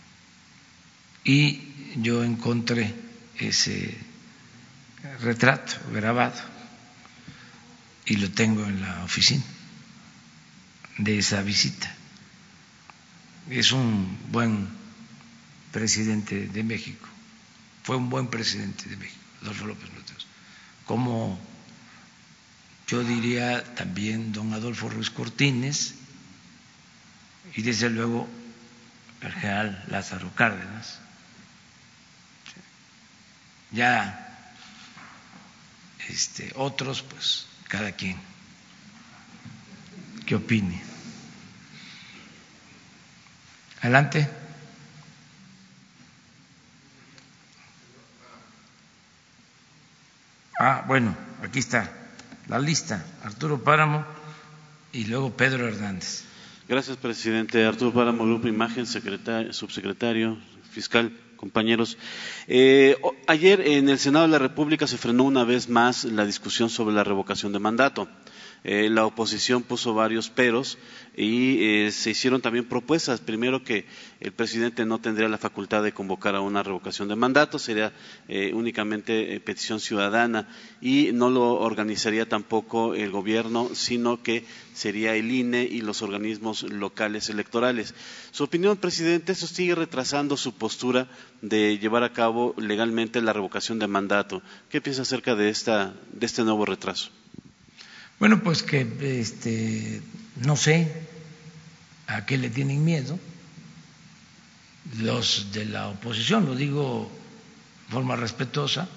Y yo encontré ese retrato grabado y lo tengo en la oficina de esa visita. Es un buen presidente de México, fue un buen presidente de México, Adolfo López Mateos, como yo diría también don Adolfo Ruiz Cortines y desde luego el general Lázaro Cárdenas. Ya este, otros, pues cada quien que opine. Adelante. Ah, bueno, aquí está la lista. Arturo Páramo y luego Pedro Hernández. Gracias, presidente. Arturo Páramo, Grupo Imagen, secretario, subsecretario, fiscal, compañeros. Eh, ayer en el Senado de la República se frenó una vez más la discusión sobre la revocación de mandato. Eh, la oposición puso varios peros y eh, se hicieron también propuestas. Primero, que el presidente no tendría la facultad de convocar a una revocación de mandato, sería eh, únicamente eh, petición ciudadana, y no lo organizaría tampoco el gobierno, sino que sería el I N E y los organismos locales electorales. Su opinión, presidente, eso sigue retrasando su postura de llevar a cabo legalmente la revocación de mandato. ¿Qué piensa acerca de esta de este nuevo retraso? Bueno, pues que este, no sé a qué le tienen miedo los de la oposición, lo digo de forma respetuosa.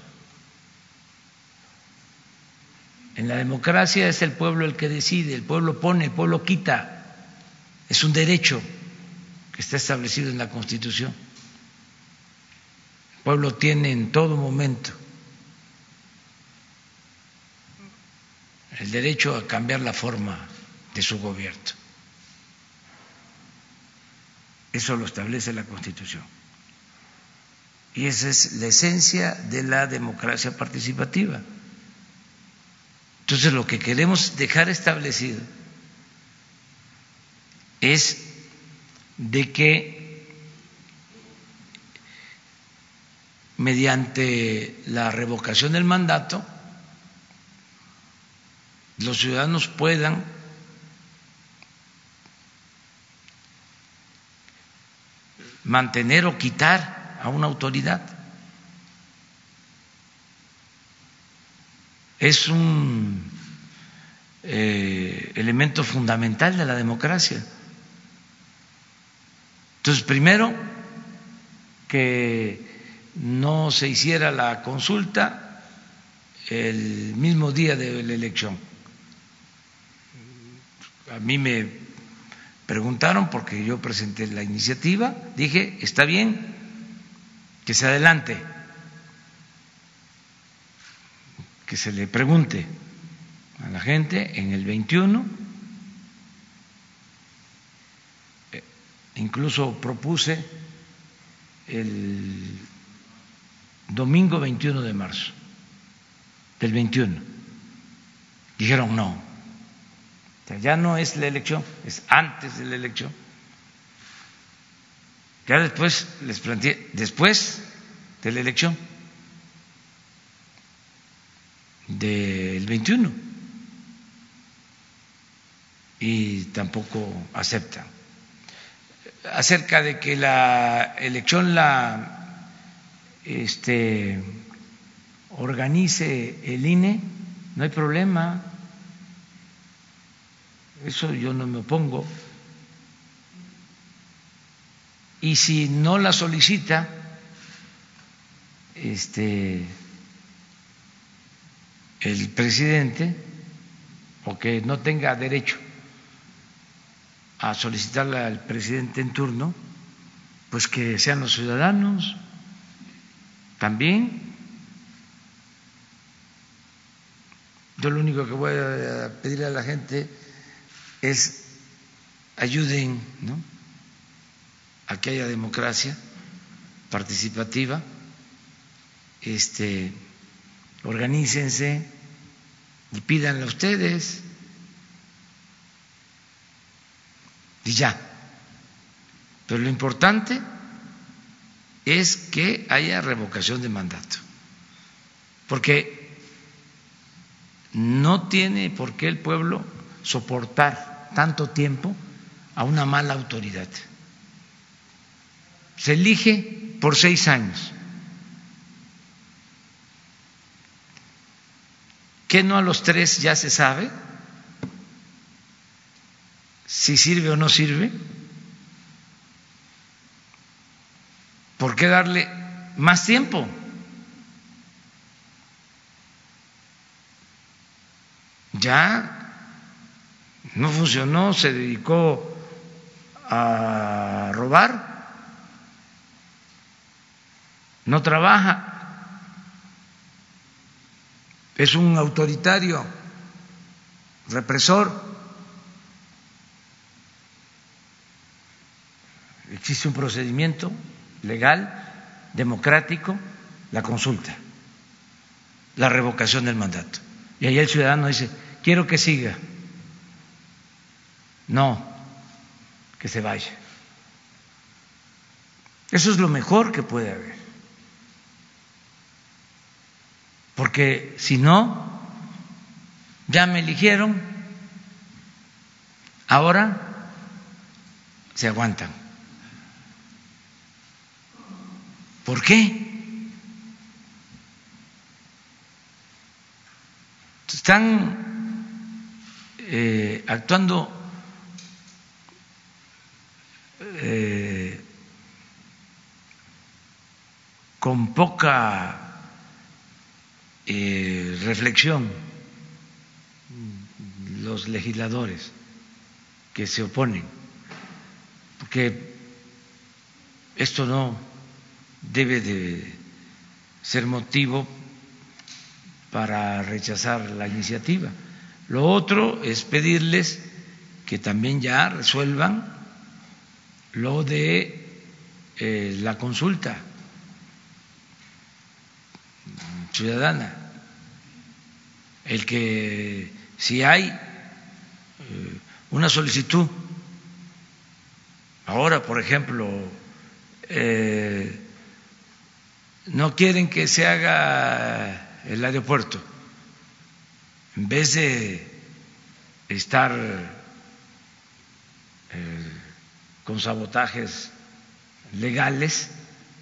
En la democracia es el pueblo el que decide, el pueblo pone, el pueblo quita. Es un derecho que está establecido en la Constitución. El pueblo tiene en todo momento el derecho a cambiar la forma de su gobierno. Eso lo establece la Constitución. Y esa es la esencia de la democracia participativa. Entonces, lo que queremos dejar establecido es de que mediante la revocación del mandato los ciudadanos puedan mantener o quitar a una autoridad. Es un eh, elemento fundamental de la democracia. Entonces, primero, que no se hiciera la consulta el mismo día de la elección. A mí me preguntaron porque yo presenté la iniciativa, dije, está bien que se adelante, que se le pregunte a la gente en el veintiuno, incluso propuse el domingo veintiuno de marzo del veintiuno, dijeron no. Ya no es la elección, es antes de la elección. Ya después les planteé, después de la elección del veintiuno, y tampoco aceptan. Acerca de que la elección la este, organice el I N E, no hay problema. Eso yo no me opongo. Y si no la solicita este el presidente, o que no tenga derecho a solicitarla al presidente en turno, pues que sean los ciudadanos también. Yo lo único que voy a pedir a la gente es ayuden, ¿no?, a que haya democracia participativa, este, organícense y pídanle a ustedes y ya. Pero lo importante es que haya revocación de mandato, porque no tiene por qué el pueblo soportar tanto tiempo a una mala autoridad. Se elige por seis años. ¿Qué no a los tres ya se sabe si sirve o no sirve? ¿Por qué darle más tiempo? Ya no funcionó, se dedicó a robar, no trabaja, es un autoritario, represor. Existe un procedimiento legal, democrático, la consulta, la revocación del mandato. Y ahí el ciudadano dice, quiero que siga no que se vaya. Eso es lo mejor que puede haber. Porque si no, ya me eligieron, ahora se aguantan. ¿Por qué? Están eh, actuando eh, con poca eh, reflexión los legisladores que se oponen, porque esto no debe de ser motivo para rechazar la iniciativa. Lo otro es pedirles que también ya resuelvan lo de eh, la consulta ciudadana, el que si hay eh, una solicitud, ahora por ejemplo, eh, no quieren que se haga el aeropuerto, en vez de estar eh, con sabotajes legales,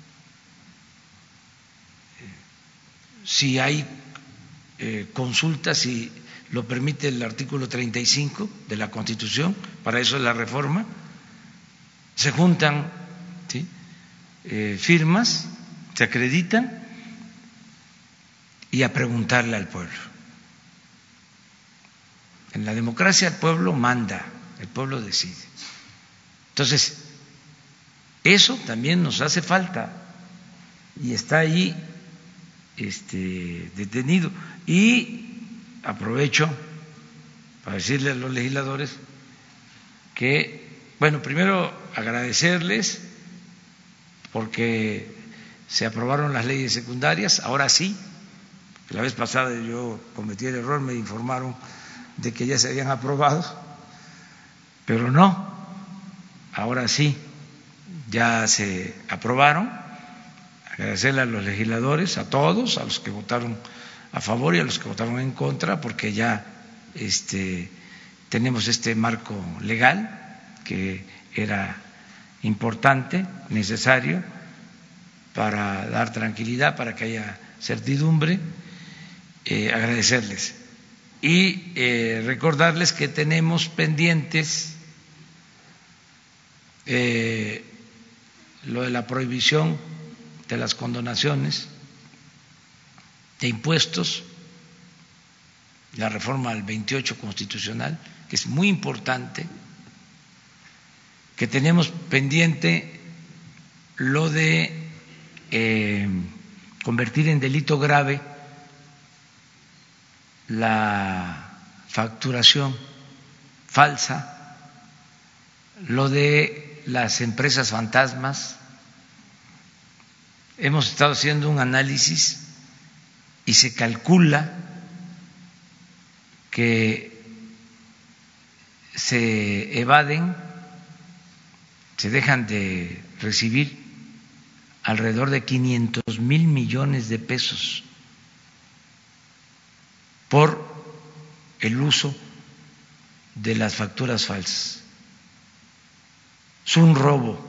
si hay eh, consultas, si lo permite el artículo treinta y cinco de la Constitución, para eso es la reforma, se juntan, ¿sí?, eh, firmas, se acreditan y a preguntarle al pueblo. En la democracia el pueblo manda, el pueblo decide. Entonces, eso también nos hace falta y está ahí este, detenido. Y aprovecho para decirle a los legisladores que, bueno, primero agradecerles porque se aprobaron las leyes secundarias, ahora sí. La vez pasada yo cometí el error, me informaron de que ya se habían aprobado, pero no, ahora sí, ya se aprobaron. Agradecerle a los legisladores, a todos, a los que votaron a favor y a los que votaron en contra, porque ya este, tenemos este marco legal que era importante, necesario, para dar tranquilidad, para que haya certidumbre. Eh, agradecerles y eh, recordarles que tenemos pendientes eh, lo de la prohibición de las condonaciones de impuestos, la reforma al veintiocho constitucional, que es muy importante, que tenemos pendiente lo de eh, convertir en delito grave la facturación falsa, lo de las empresas fantasmas. Hemos estado haciendo un análisis y se calcula que se evaden, se dejan de recibir alrededor de quinientos mil millones de pesos por el uso de las facturas falsas. Es un robo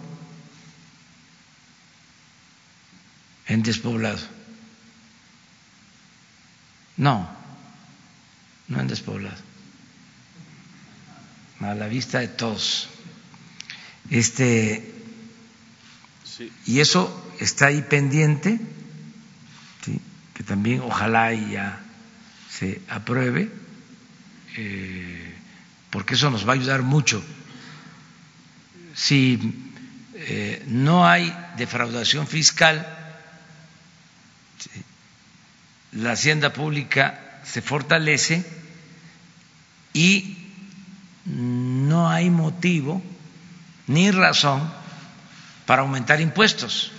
en despoblado. No, no en despoblado. A la vista de todos. Este, sí. Y eso está ahí pendiente, ¿sí?, que también ojalá y ya se apruebe, eh, porque eso nos va a ayudar mucho. Si eh, no hay defraudación fiscal, ¿sí?, la hacienda pública se fortalece y no hay motivo ni razón para aumentar impuestos.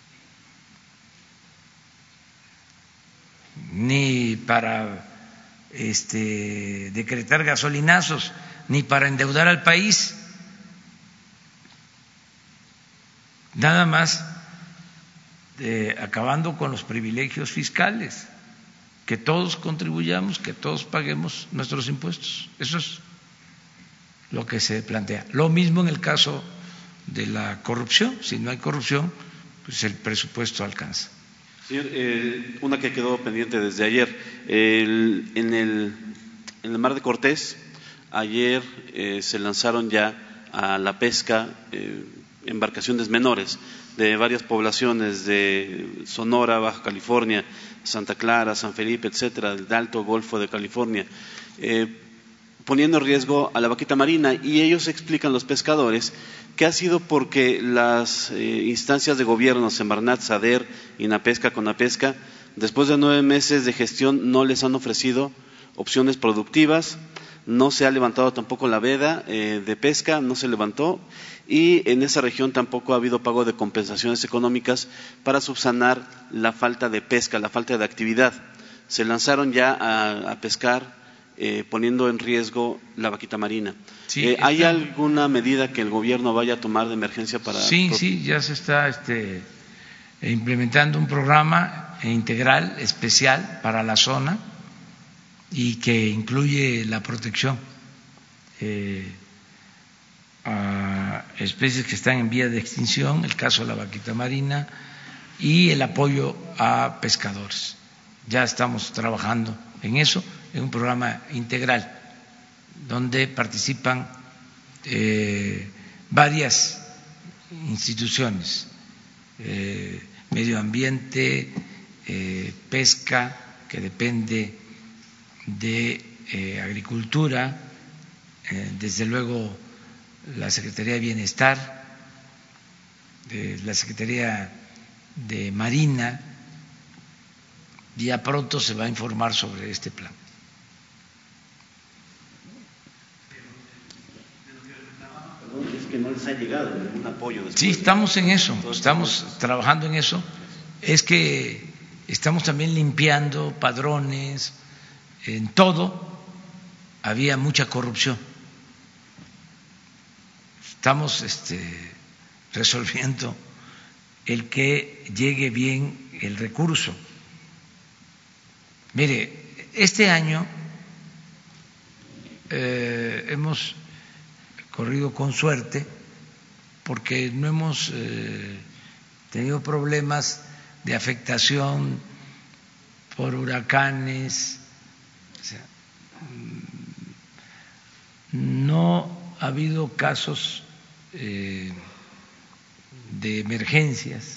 Ni para este, decretar gasolinazos ni para endeudar al país. Nada más eh, acabando con los privilegios fiscales, que todos contribuyamos, que todos paguemos nuestros impuestos. Eso es lo que se plantea. Lo mismo en el caso de la corrupción. Si no hay corrupción, pues el presupuesto alcanza. Señor, eh, una que quedó pendiente desde ayer. El, en, el, en el Mar de Cortés, ayer eh, se lanzaron ya a la pesca eh, embarcaciones menores de varias poblaciones de Sonora, Baja California, Santa Clara, San Felipe, etcétera, del Alto Golfo de California, eh, poniendo en riesgo a la vaquita marina. Y ellos explican, los pescadores, que ha sido porque las eh, instancias de gobierno, Semarnat, SADER, INAPESCA, CONAPESCA, después de nueve meses de gestión no les han ofrecido opciones productivas, no se ha levantado tampoco la veda eh, de pesca, no se levantó, y en esa región tampoco ha habido pago de compensaciones económicas para subsanar la falta de pesca, la falta de actividad. Se lanzaron ya a, a pescar, eh, poniendo en riesgo la vaquita marina. Sí, eh, ¿Hay está... alguna medida que el gobierno vaya a tomar de emergencia para...? Sí, sí, ya se está este, implementando un programa integral, especial para la zona, y que incluye la protección eh, a especies que están en vía de extinción, el caso de la vaquita marina, y el apoyo a pescadores. Ya estamos trabajando en eso, en un programa integral donde participan eh, varias instituciones, eh, medio ambiente, eh, pesca, que depende de eh, agricultura, eh, desde luego la Secretaría de Bienestar, de la Secretaría de Marina, y ya pronto se va a informar sobre este plan. Es que no les ha llegado ningún apoyo. Sí, estamos en eso, estamos trabajando en eso. Es que estamos también limpiando padrones. En todo había mucha corrupción. Estamos este, resolviendo el que llegue bien el recurso. Mire, este año eh, hemos corrido con suerte porque no hemos eh, tenido problemas de afectación por huracanes. O sea, no ha habido casos eh, de emergencias.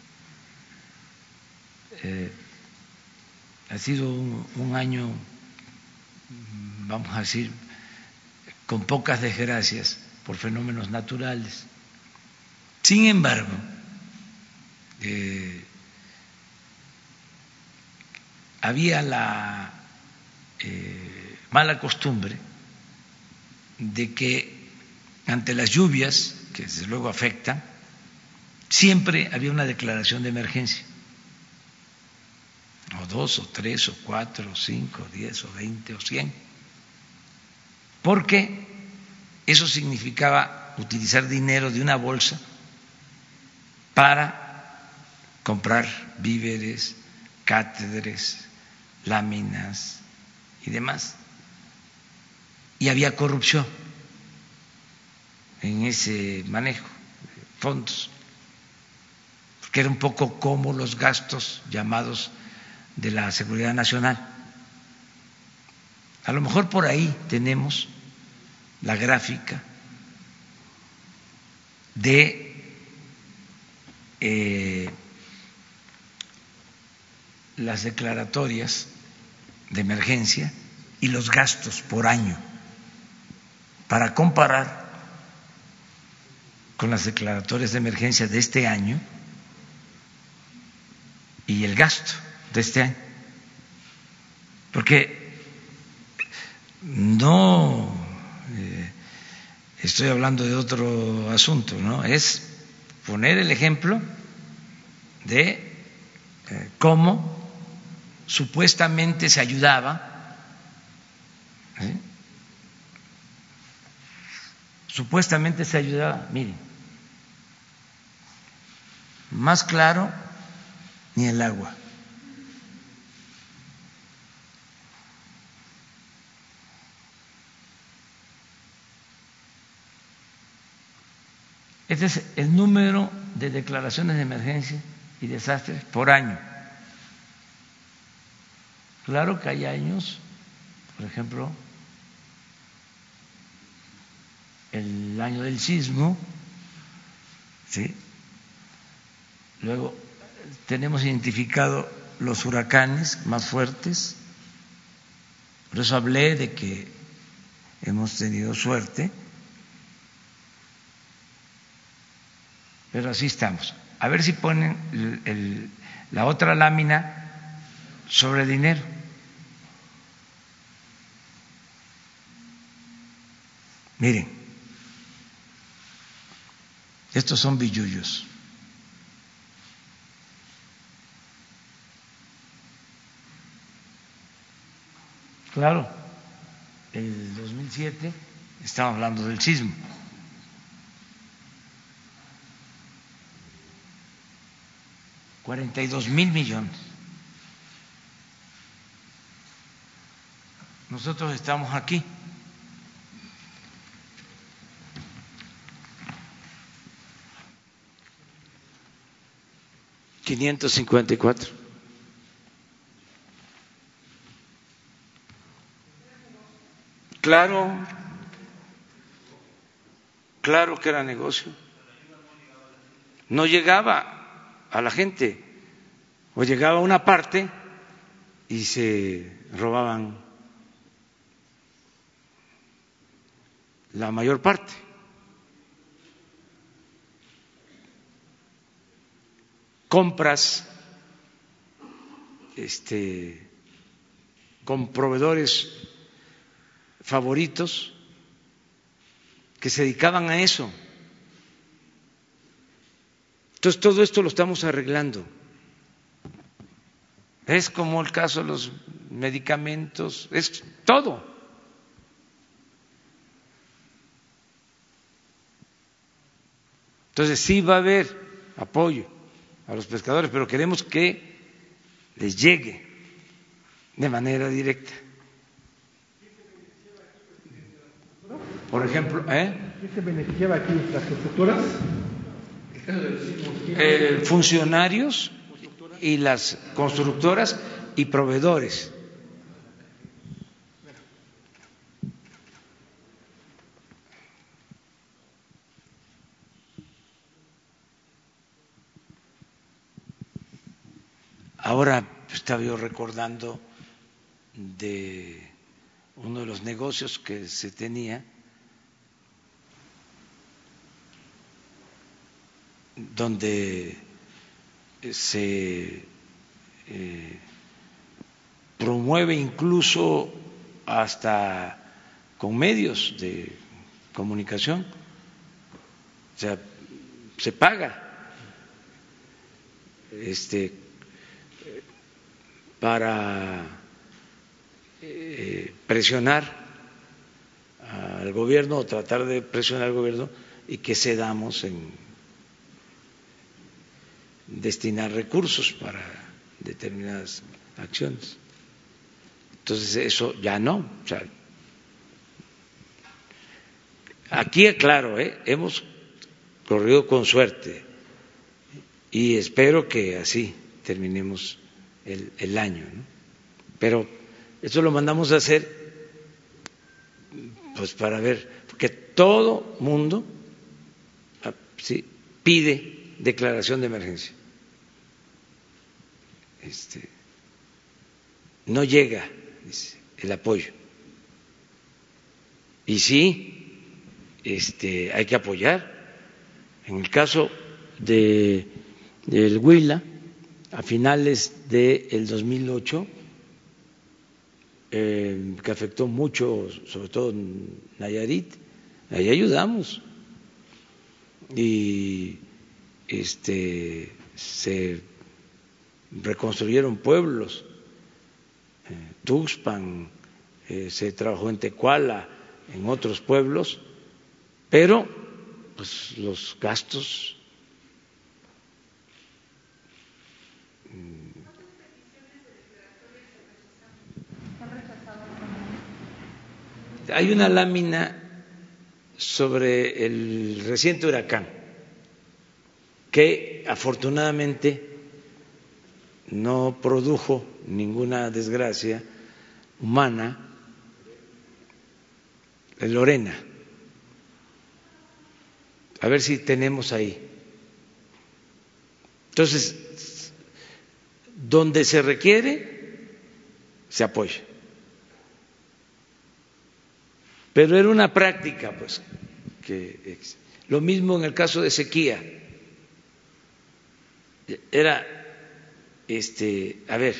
Eh, ha sido un, un año, vamos a decir, con pocas desgracias por fenómenos naturales. Sin embargo, eh, había la eh, mala costumbre de que ante las lluvias, que desde luego afectan, siempre había una declaración de emergencia, o dos, o tres, o cuatro, o cinco, o diez, o veinte, o cien, porque eso significaba utilizar dinero de una bolsa para comprar víveres, cátedres, láminas y demás. Y había corrupción en ese manejo de fondos, porque era un poco como los gastos llamados de la seguridad nacional. A lo mejor por ahí tenemos la gráfica de eh, las declaratorias de emergencia y los gastos por año, para comparar con las declaratorias de emergencia de este año y el gasto de este año, porque no eh, estoy hablando de otro asunto, ¿no? Es poner el ejemplo de eh, cómo supuestamente se ayudaba ¿Sí? Supuestamente se ayudaba, miren, más claro ni el agua. Este es el número de declaraciones de emergencia y desastres por año. Claro que hay años, por ejemplo, el año del sismo, ¿sí? Luego tenemos identificado los huracanes más fuertes, por eso hablé de que hemos tenido suerte, pero así estamos. A ver si ponen el, el, la otra lámina sobre el dinero. Miren, estos son billullos. Claro, el dos mil siete estamos hablando del sismo. cuarenta y dos mil millones. Nosotros estamos aquí. quinientos cincuenta y cuatro. Claro, claro que era negocio. No llegaba a la gente, o llegaba a una parte y se robaban la mayor parte. Compras este, con proveedores favoritos que se dedicaban a eso. Entonces todo esto lo estamos arreglando. Es como el caso de los medicamentos, es todo. Entonces sí va a haber apoyo a los pescadores, pero queremos que les llegue de manera directa. Por ejemplo, ¿eh? ¿Qué se beneficiaba aquí? ¿Las constructoras? Eh, funcionarios y las constructoras y proveedores. Ahora estaba yo recordando de uno de los negocios que se tenía, donde se eh, promueve incluso hasta con medios de comunicación, o sea, se paga este para eh, presionar al gobierno o tratar de presionar al gobierno y que cedamos en destinar recursos para determinadas acciones. Entonces eso ya no. O sea, aquí, claro, ¿eh? hemos corrido con suerte y espero que así terminemos el, el año, ¿no? Pero eso lo mandamos a hacer pues para ver, porque todo mundo sí, pide declaración de emergencia. Este, no llega dice, el apoyo. Y sí, este, hay que apoyar. En el caso de del Huila, a finales del dos mil ocho, eh, que afectó mucho, sobre todo en Nayarit, ahí ayudamos y este, se reconstruyeron pueblos, eh, Tuxpan, eh, se trabajó en Tecuala, en otros pueblos, pero pues los gastos hay una lámina sobre el reciente huracán que afortunadamente no produjo ninguna desgracia humana, el Lorena. A ver si tenemos ahí. Entonces, donde se requiere, se apoya. Pero era una práctica, pues, que lo mismo en el caso de sequía. Era, este, a ver,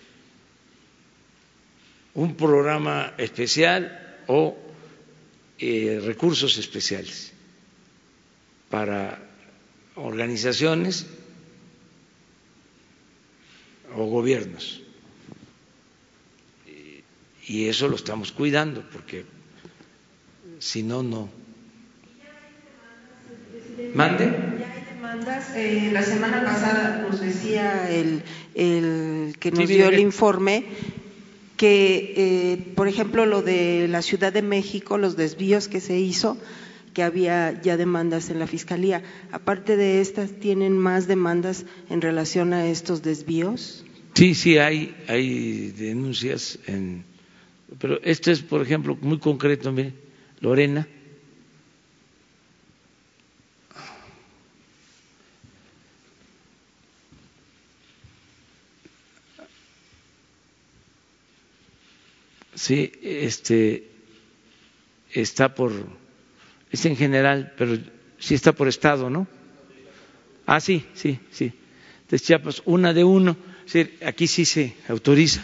un programa especial o eh, recursos especiales para organizaciones o gobiernos. Y eso lo estamos cuidando porque si no, no. ¿Mande? Ya hay demandas. Eh, la semana pasada nos decía el, el que nos Sí, dio mire. el informe que, eh, por ejemplo, lo de la Ciudad de México, los desvíos que se hizo, que había ya demandas en la Fiscalía. Aparte de estas, ¿tienen más demandas en relación a estos desvíos? Sí, sí, hay, hay denuncias, en, pero este es, por ejemplo, muy concreto, mire, Lorena. Sí, este está por, es en general, pero sí está por estado, ¿no? Ah, sí, sí, sí. De Chiapas, una de uno, sí, aquí sí se autoriza.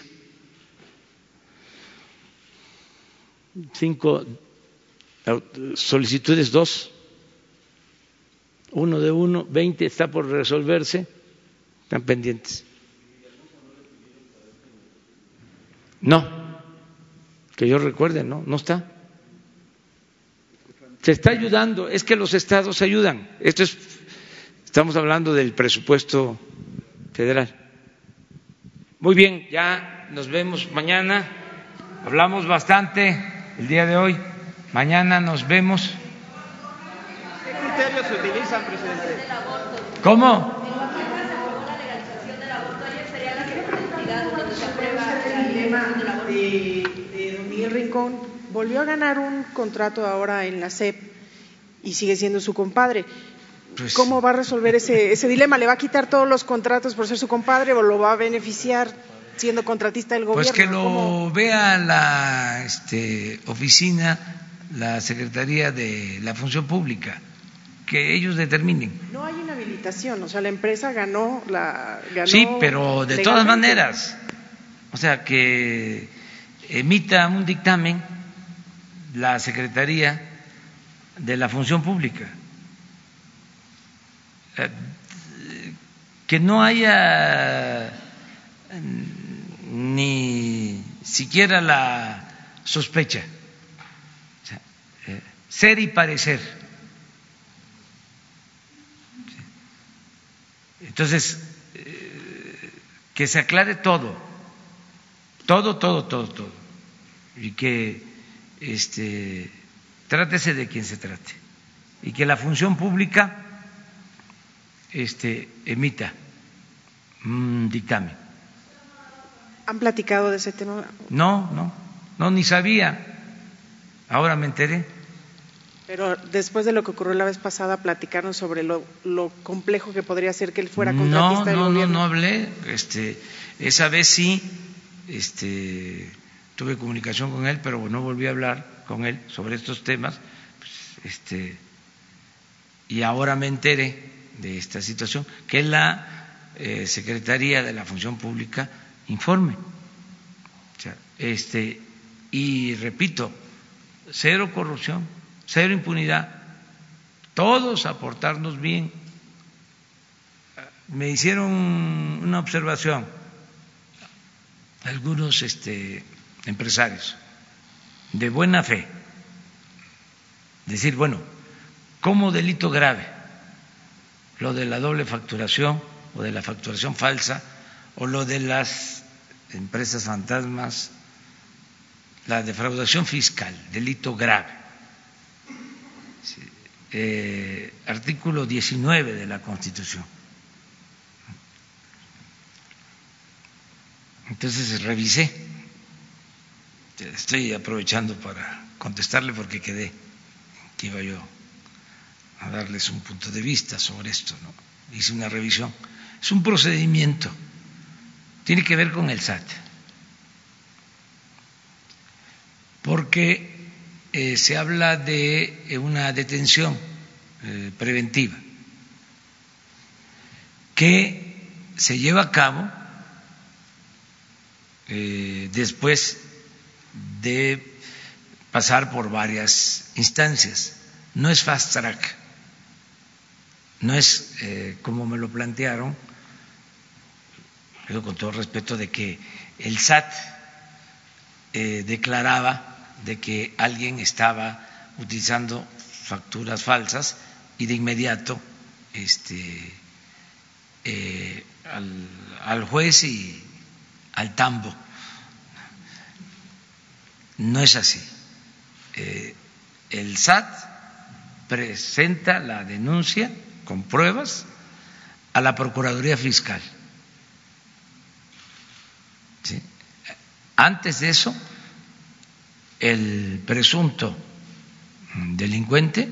Cinco solicitudes, dos, uno de uno, veinte está por resolverse, están pendientes. No. Que yo recuerde, no, no está. Se está ayudando, es que los estados ayudan. Esto es, estamos hablando del presupuesto federal. Muy bien, ya nos vemos mañana. Hablamos bastante el día de hoy. Mañana nos vemos. ¿Qué criterios se utilizan, presidente? ¿Cómo? De, de don Miguel Rincón, volvió a ganar un contrato ahora en la S E P y sigue siendo su compadre. Pues, ¿Cómo va a resolver ese, ese dilema? ¿Le va a quitar todos los contratos por ser su compadre o lo va a beneficiar siendo contratista del gobierno? Pues que lo ¿Cómo? vea la este, oficina, la Secretaría de la Función Pública, que ellos determinen. No hay inhabilitación, o sea, la empresa ganó la. Ganó Sí, pero de todas legalmente. maneras, o sea, que emita un dictamen la Secretaría de la Función Pública, eh, que no haya ni siquiera la sospecha, o sea, eh, ser y parecer. Entonces, eh, que se aclare todo, todo, todo, todo, todo, y que este, trátese de quien se trate, y que la función pública este, emita un dictamen. ¿Han platicado de ese tema? No, no, no, ni sabía, ahora me enteré. Pero después de lo que ocurrió la vez pasada, platicaron sobre lo, lo complejo que podría ser que él fuera No, contratista del no, no, gobierno. no hablé. Este, esa vez sí, este, tuve comunicación con él, pero no volví a hablar con él sobre estos temas. Pues, este, y ahora me enteré de esta situación, que la eh, Secretaría de la Función Pública informe. O sea, este, y repito, cero corrupción, cero impunidad, todos aportarnos bien. Me hicieron una observación algunos este, empresarios de buena fe, decir, bueno, como delito grave lo de la doble facturación o de la facturación falsa o lo de las empresas fantasmas, la defraudación fiscal, delito grave. Sí. Eh, artículo diecinueve de la Constitución. Entonces revisé, estoy aprovechando para contestarle porque quedé que iba yo a darles un punto de vista sobre esto, ¿no? Hice una revisión. Es un procedimiento, tiene que ver con el S A T, porque eh, se habla de una detención eh, preventiva que se lleva a cabo eh, después de pasar por varias instancias. No es fast track, no es eh, como me lo plantearon, pero con todo respeto, de que el S A T eh, declaraba de que alguien estaba utilizando facturas falsas y de inmediato este, eh, al, al juez y al tambo. No es así. Eh, el S A T presenta la denuncia con pruebas a la Procuraduría Fiscal. ¿Sí? Antes de eso, el presunto delincuente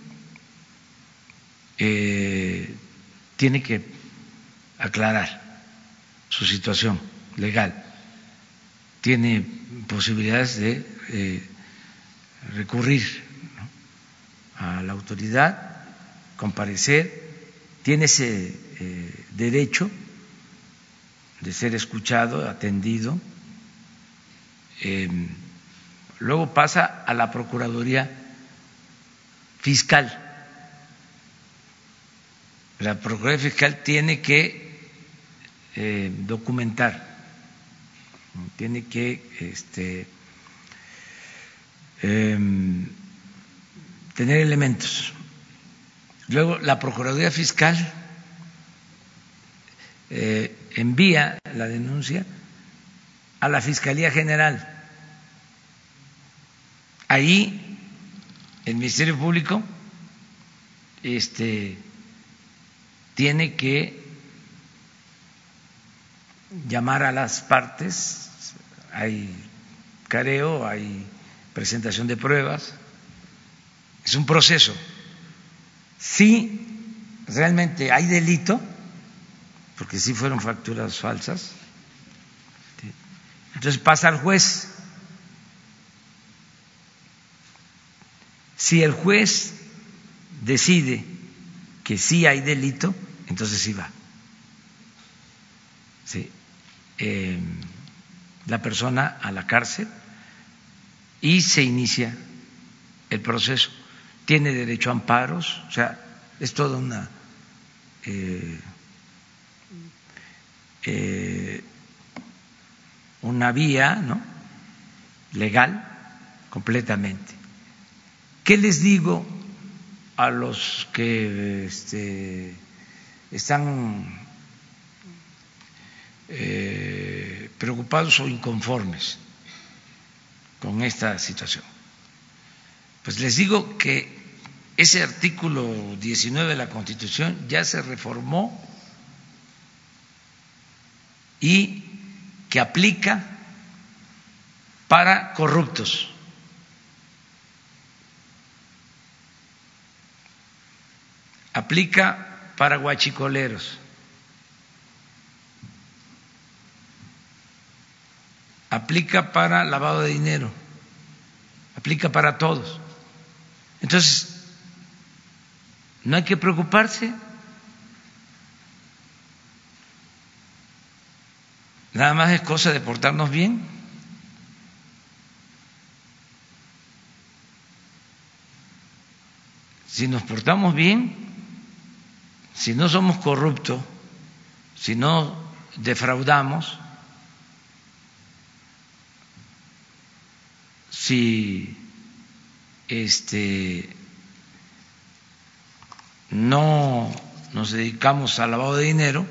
eh, tiene que aclarar su situación legal, tiene posibilidades de eh, recurrir, ¿no?, a la autoridad, comparecer, tiene ese eh, derecho de ser escuchado, atendido. Eh, luego pasa a la Procuraduría Fiscal. La Procuraduría Fiscal tiene que eh, documentar, tiene que este, eh, tener elementos. Luego la Procuraduría Fiscal eh, envía la denuncia a la Fiscalía General. Ahí el Ministerio Público este, tiene que llamar a las partes, hay careo, hay presentación de pruebas, es un proceso. Si realmente hay delito, porque sí fueron facturas falsas, entonces pasa al juez. Si el juez decide que sí hay delito, entonces sí va. Sí. Eh, la persona a la cárcel y se inicia el proceso. Tiene derecho a amparos, o sea, es toda una eh, eh, una vía, ¿no?, legal completamente. ¿Qué les digo a los que este, están eh, preocupados o inconformes con esta situación? Pues les digo que ese artículo diecinueve de la Constitución ya se reformó y que aplica para corruptos. Aplica para guachicoleros, aplica para lavado de dinero, aplica para todos. Entonces, no hay que preocuparse, nada más es cosa de portarnos bien. Si nos portamos bien, si no somos corruptos, si no defraudamos, si este no nos dedicamos al lavado de dinero,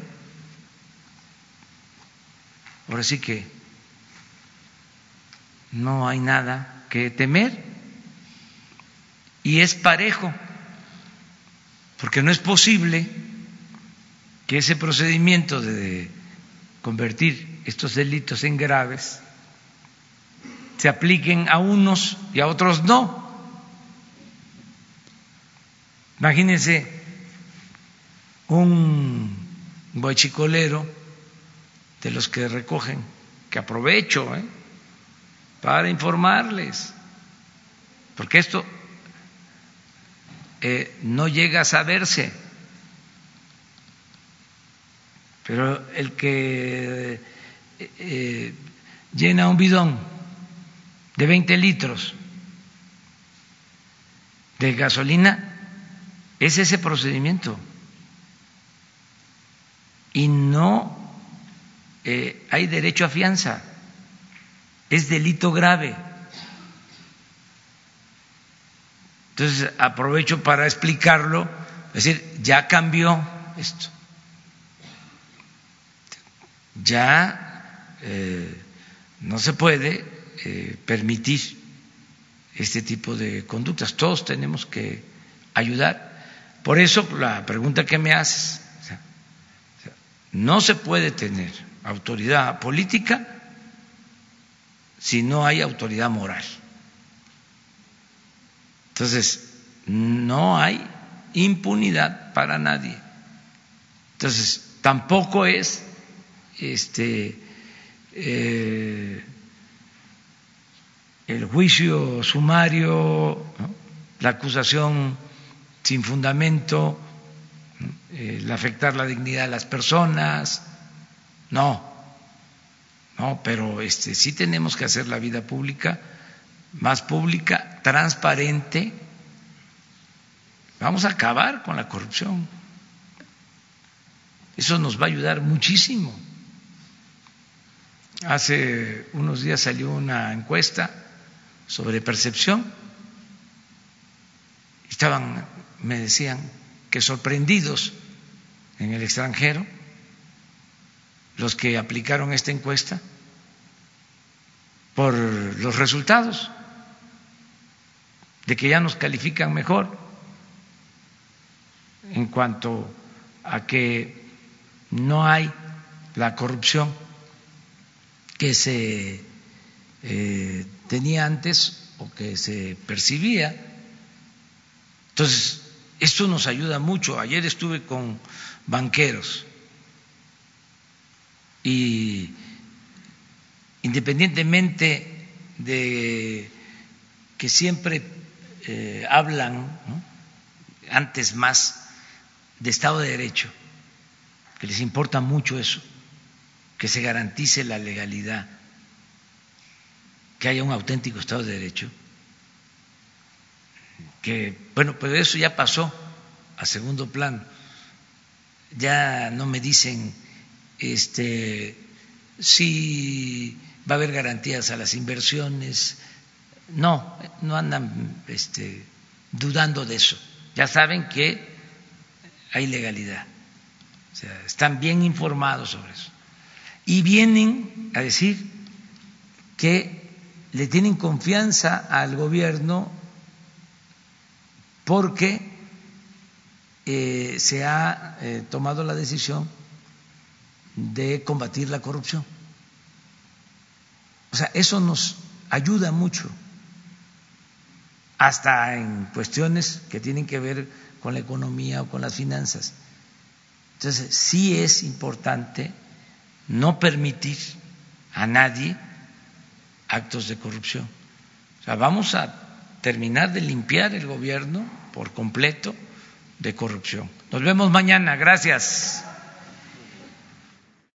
ahora sí que no hay nada que temer y es parejo, porque no es posible que ese procedimiento de convertir estos delitos en graves se apliquen a unos y a otros no. Imagínense un guachicolero de los que recogen, que aprovecho ¿eh? para informarles, porque esto eh, no llega a saberse, pero el que eh, eh, llena un bidón de veinte litros de gasolina es ese procedimiento y no eh, hay derecho a fianza, es delito grave. Entonces aprovecho para explicarlo, es decir, ya cambió esto, ya eh, no se puede eh, permitir este tipo de conductas, todos tenemos que ayudar. Por eso la pregunta que me haces, o sea, o sea, no se puede tener autoridad política si no hay autoridad moral. Entonces, no hay impunidad para nadie. Entonces, tampoco es este eh, el juicio sumario, ¿no? La acusación sin fundamento, el afectar la dignidad de las personas, no, no, pero este sí tenemos que hacer la vida pública más pública, transparente. Vamos a acabar con la corrupción. Eso nos va a ayudar muchísimo. Hace unos días salió una encuesta sobre percepción. Estaban, me decían, que sorprendidos en el extranjero los que aplicaron esta encuesta por los resultados, de que ya nos califican mejor en cuanto a que no hay la corrupción que se eh, tenía antes o que se percibía. Entonces, esto nos ayuda mucho. Ayer estuve con banqueros y independientemente de que siempre eh, hablan, ¿no?, antes más de Estado de Derecho, que les importa mucho eso, que se garantice la legalidad, que haya un auténtico Estado de Derecho, que, bueno, pero eso ya pasó a segundo plano. Ya no me dicen este, si va a haber garantías a las inversiones. No, no andan este, dudando de eso. Ya saben que hay legalidad. O sea, están bien informados sobre eso. Y vienen a decir que le tienen confianza al gobierno porque eh, se ha eh, tomado la decisión de combatir la corrupción. O sea, eso nos ayuda mucho, hasta en cuestiones que tienen que ver con la economía o con las finanzas. Entonces, sí es importante no permitir a nadie actos de corrupción. O sea, vamos a terminar de limpiar el gobierno por completo de corrupción. Nos vemos mañana. Gracias.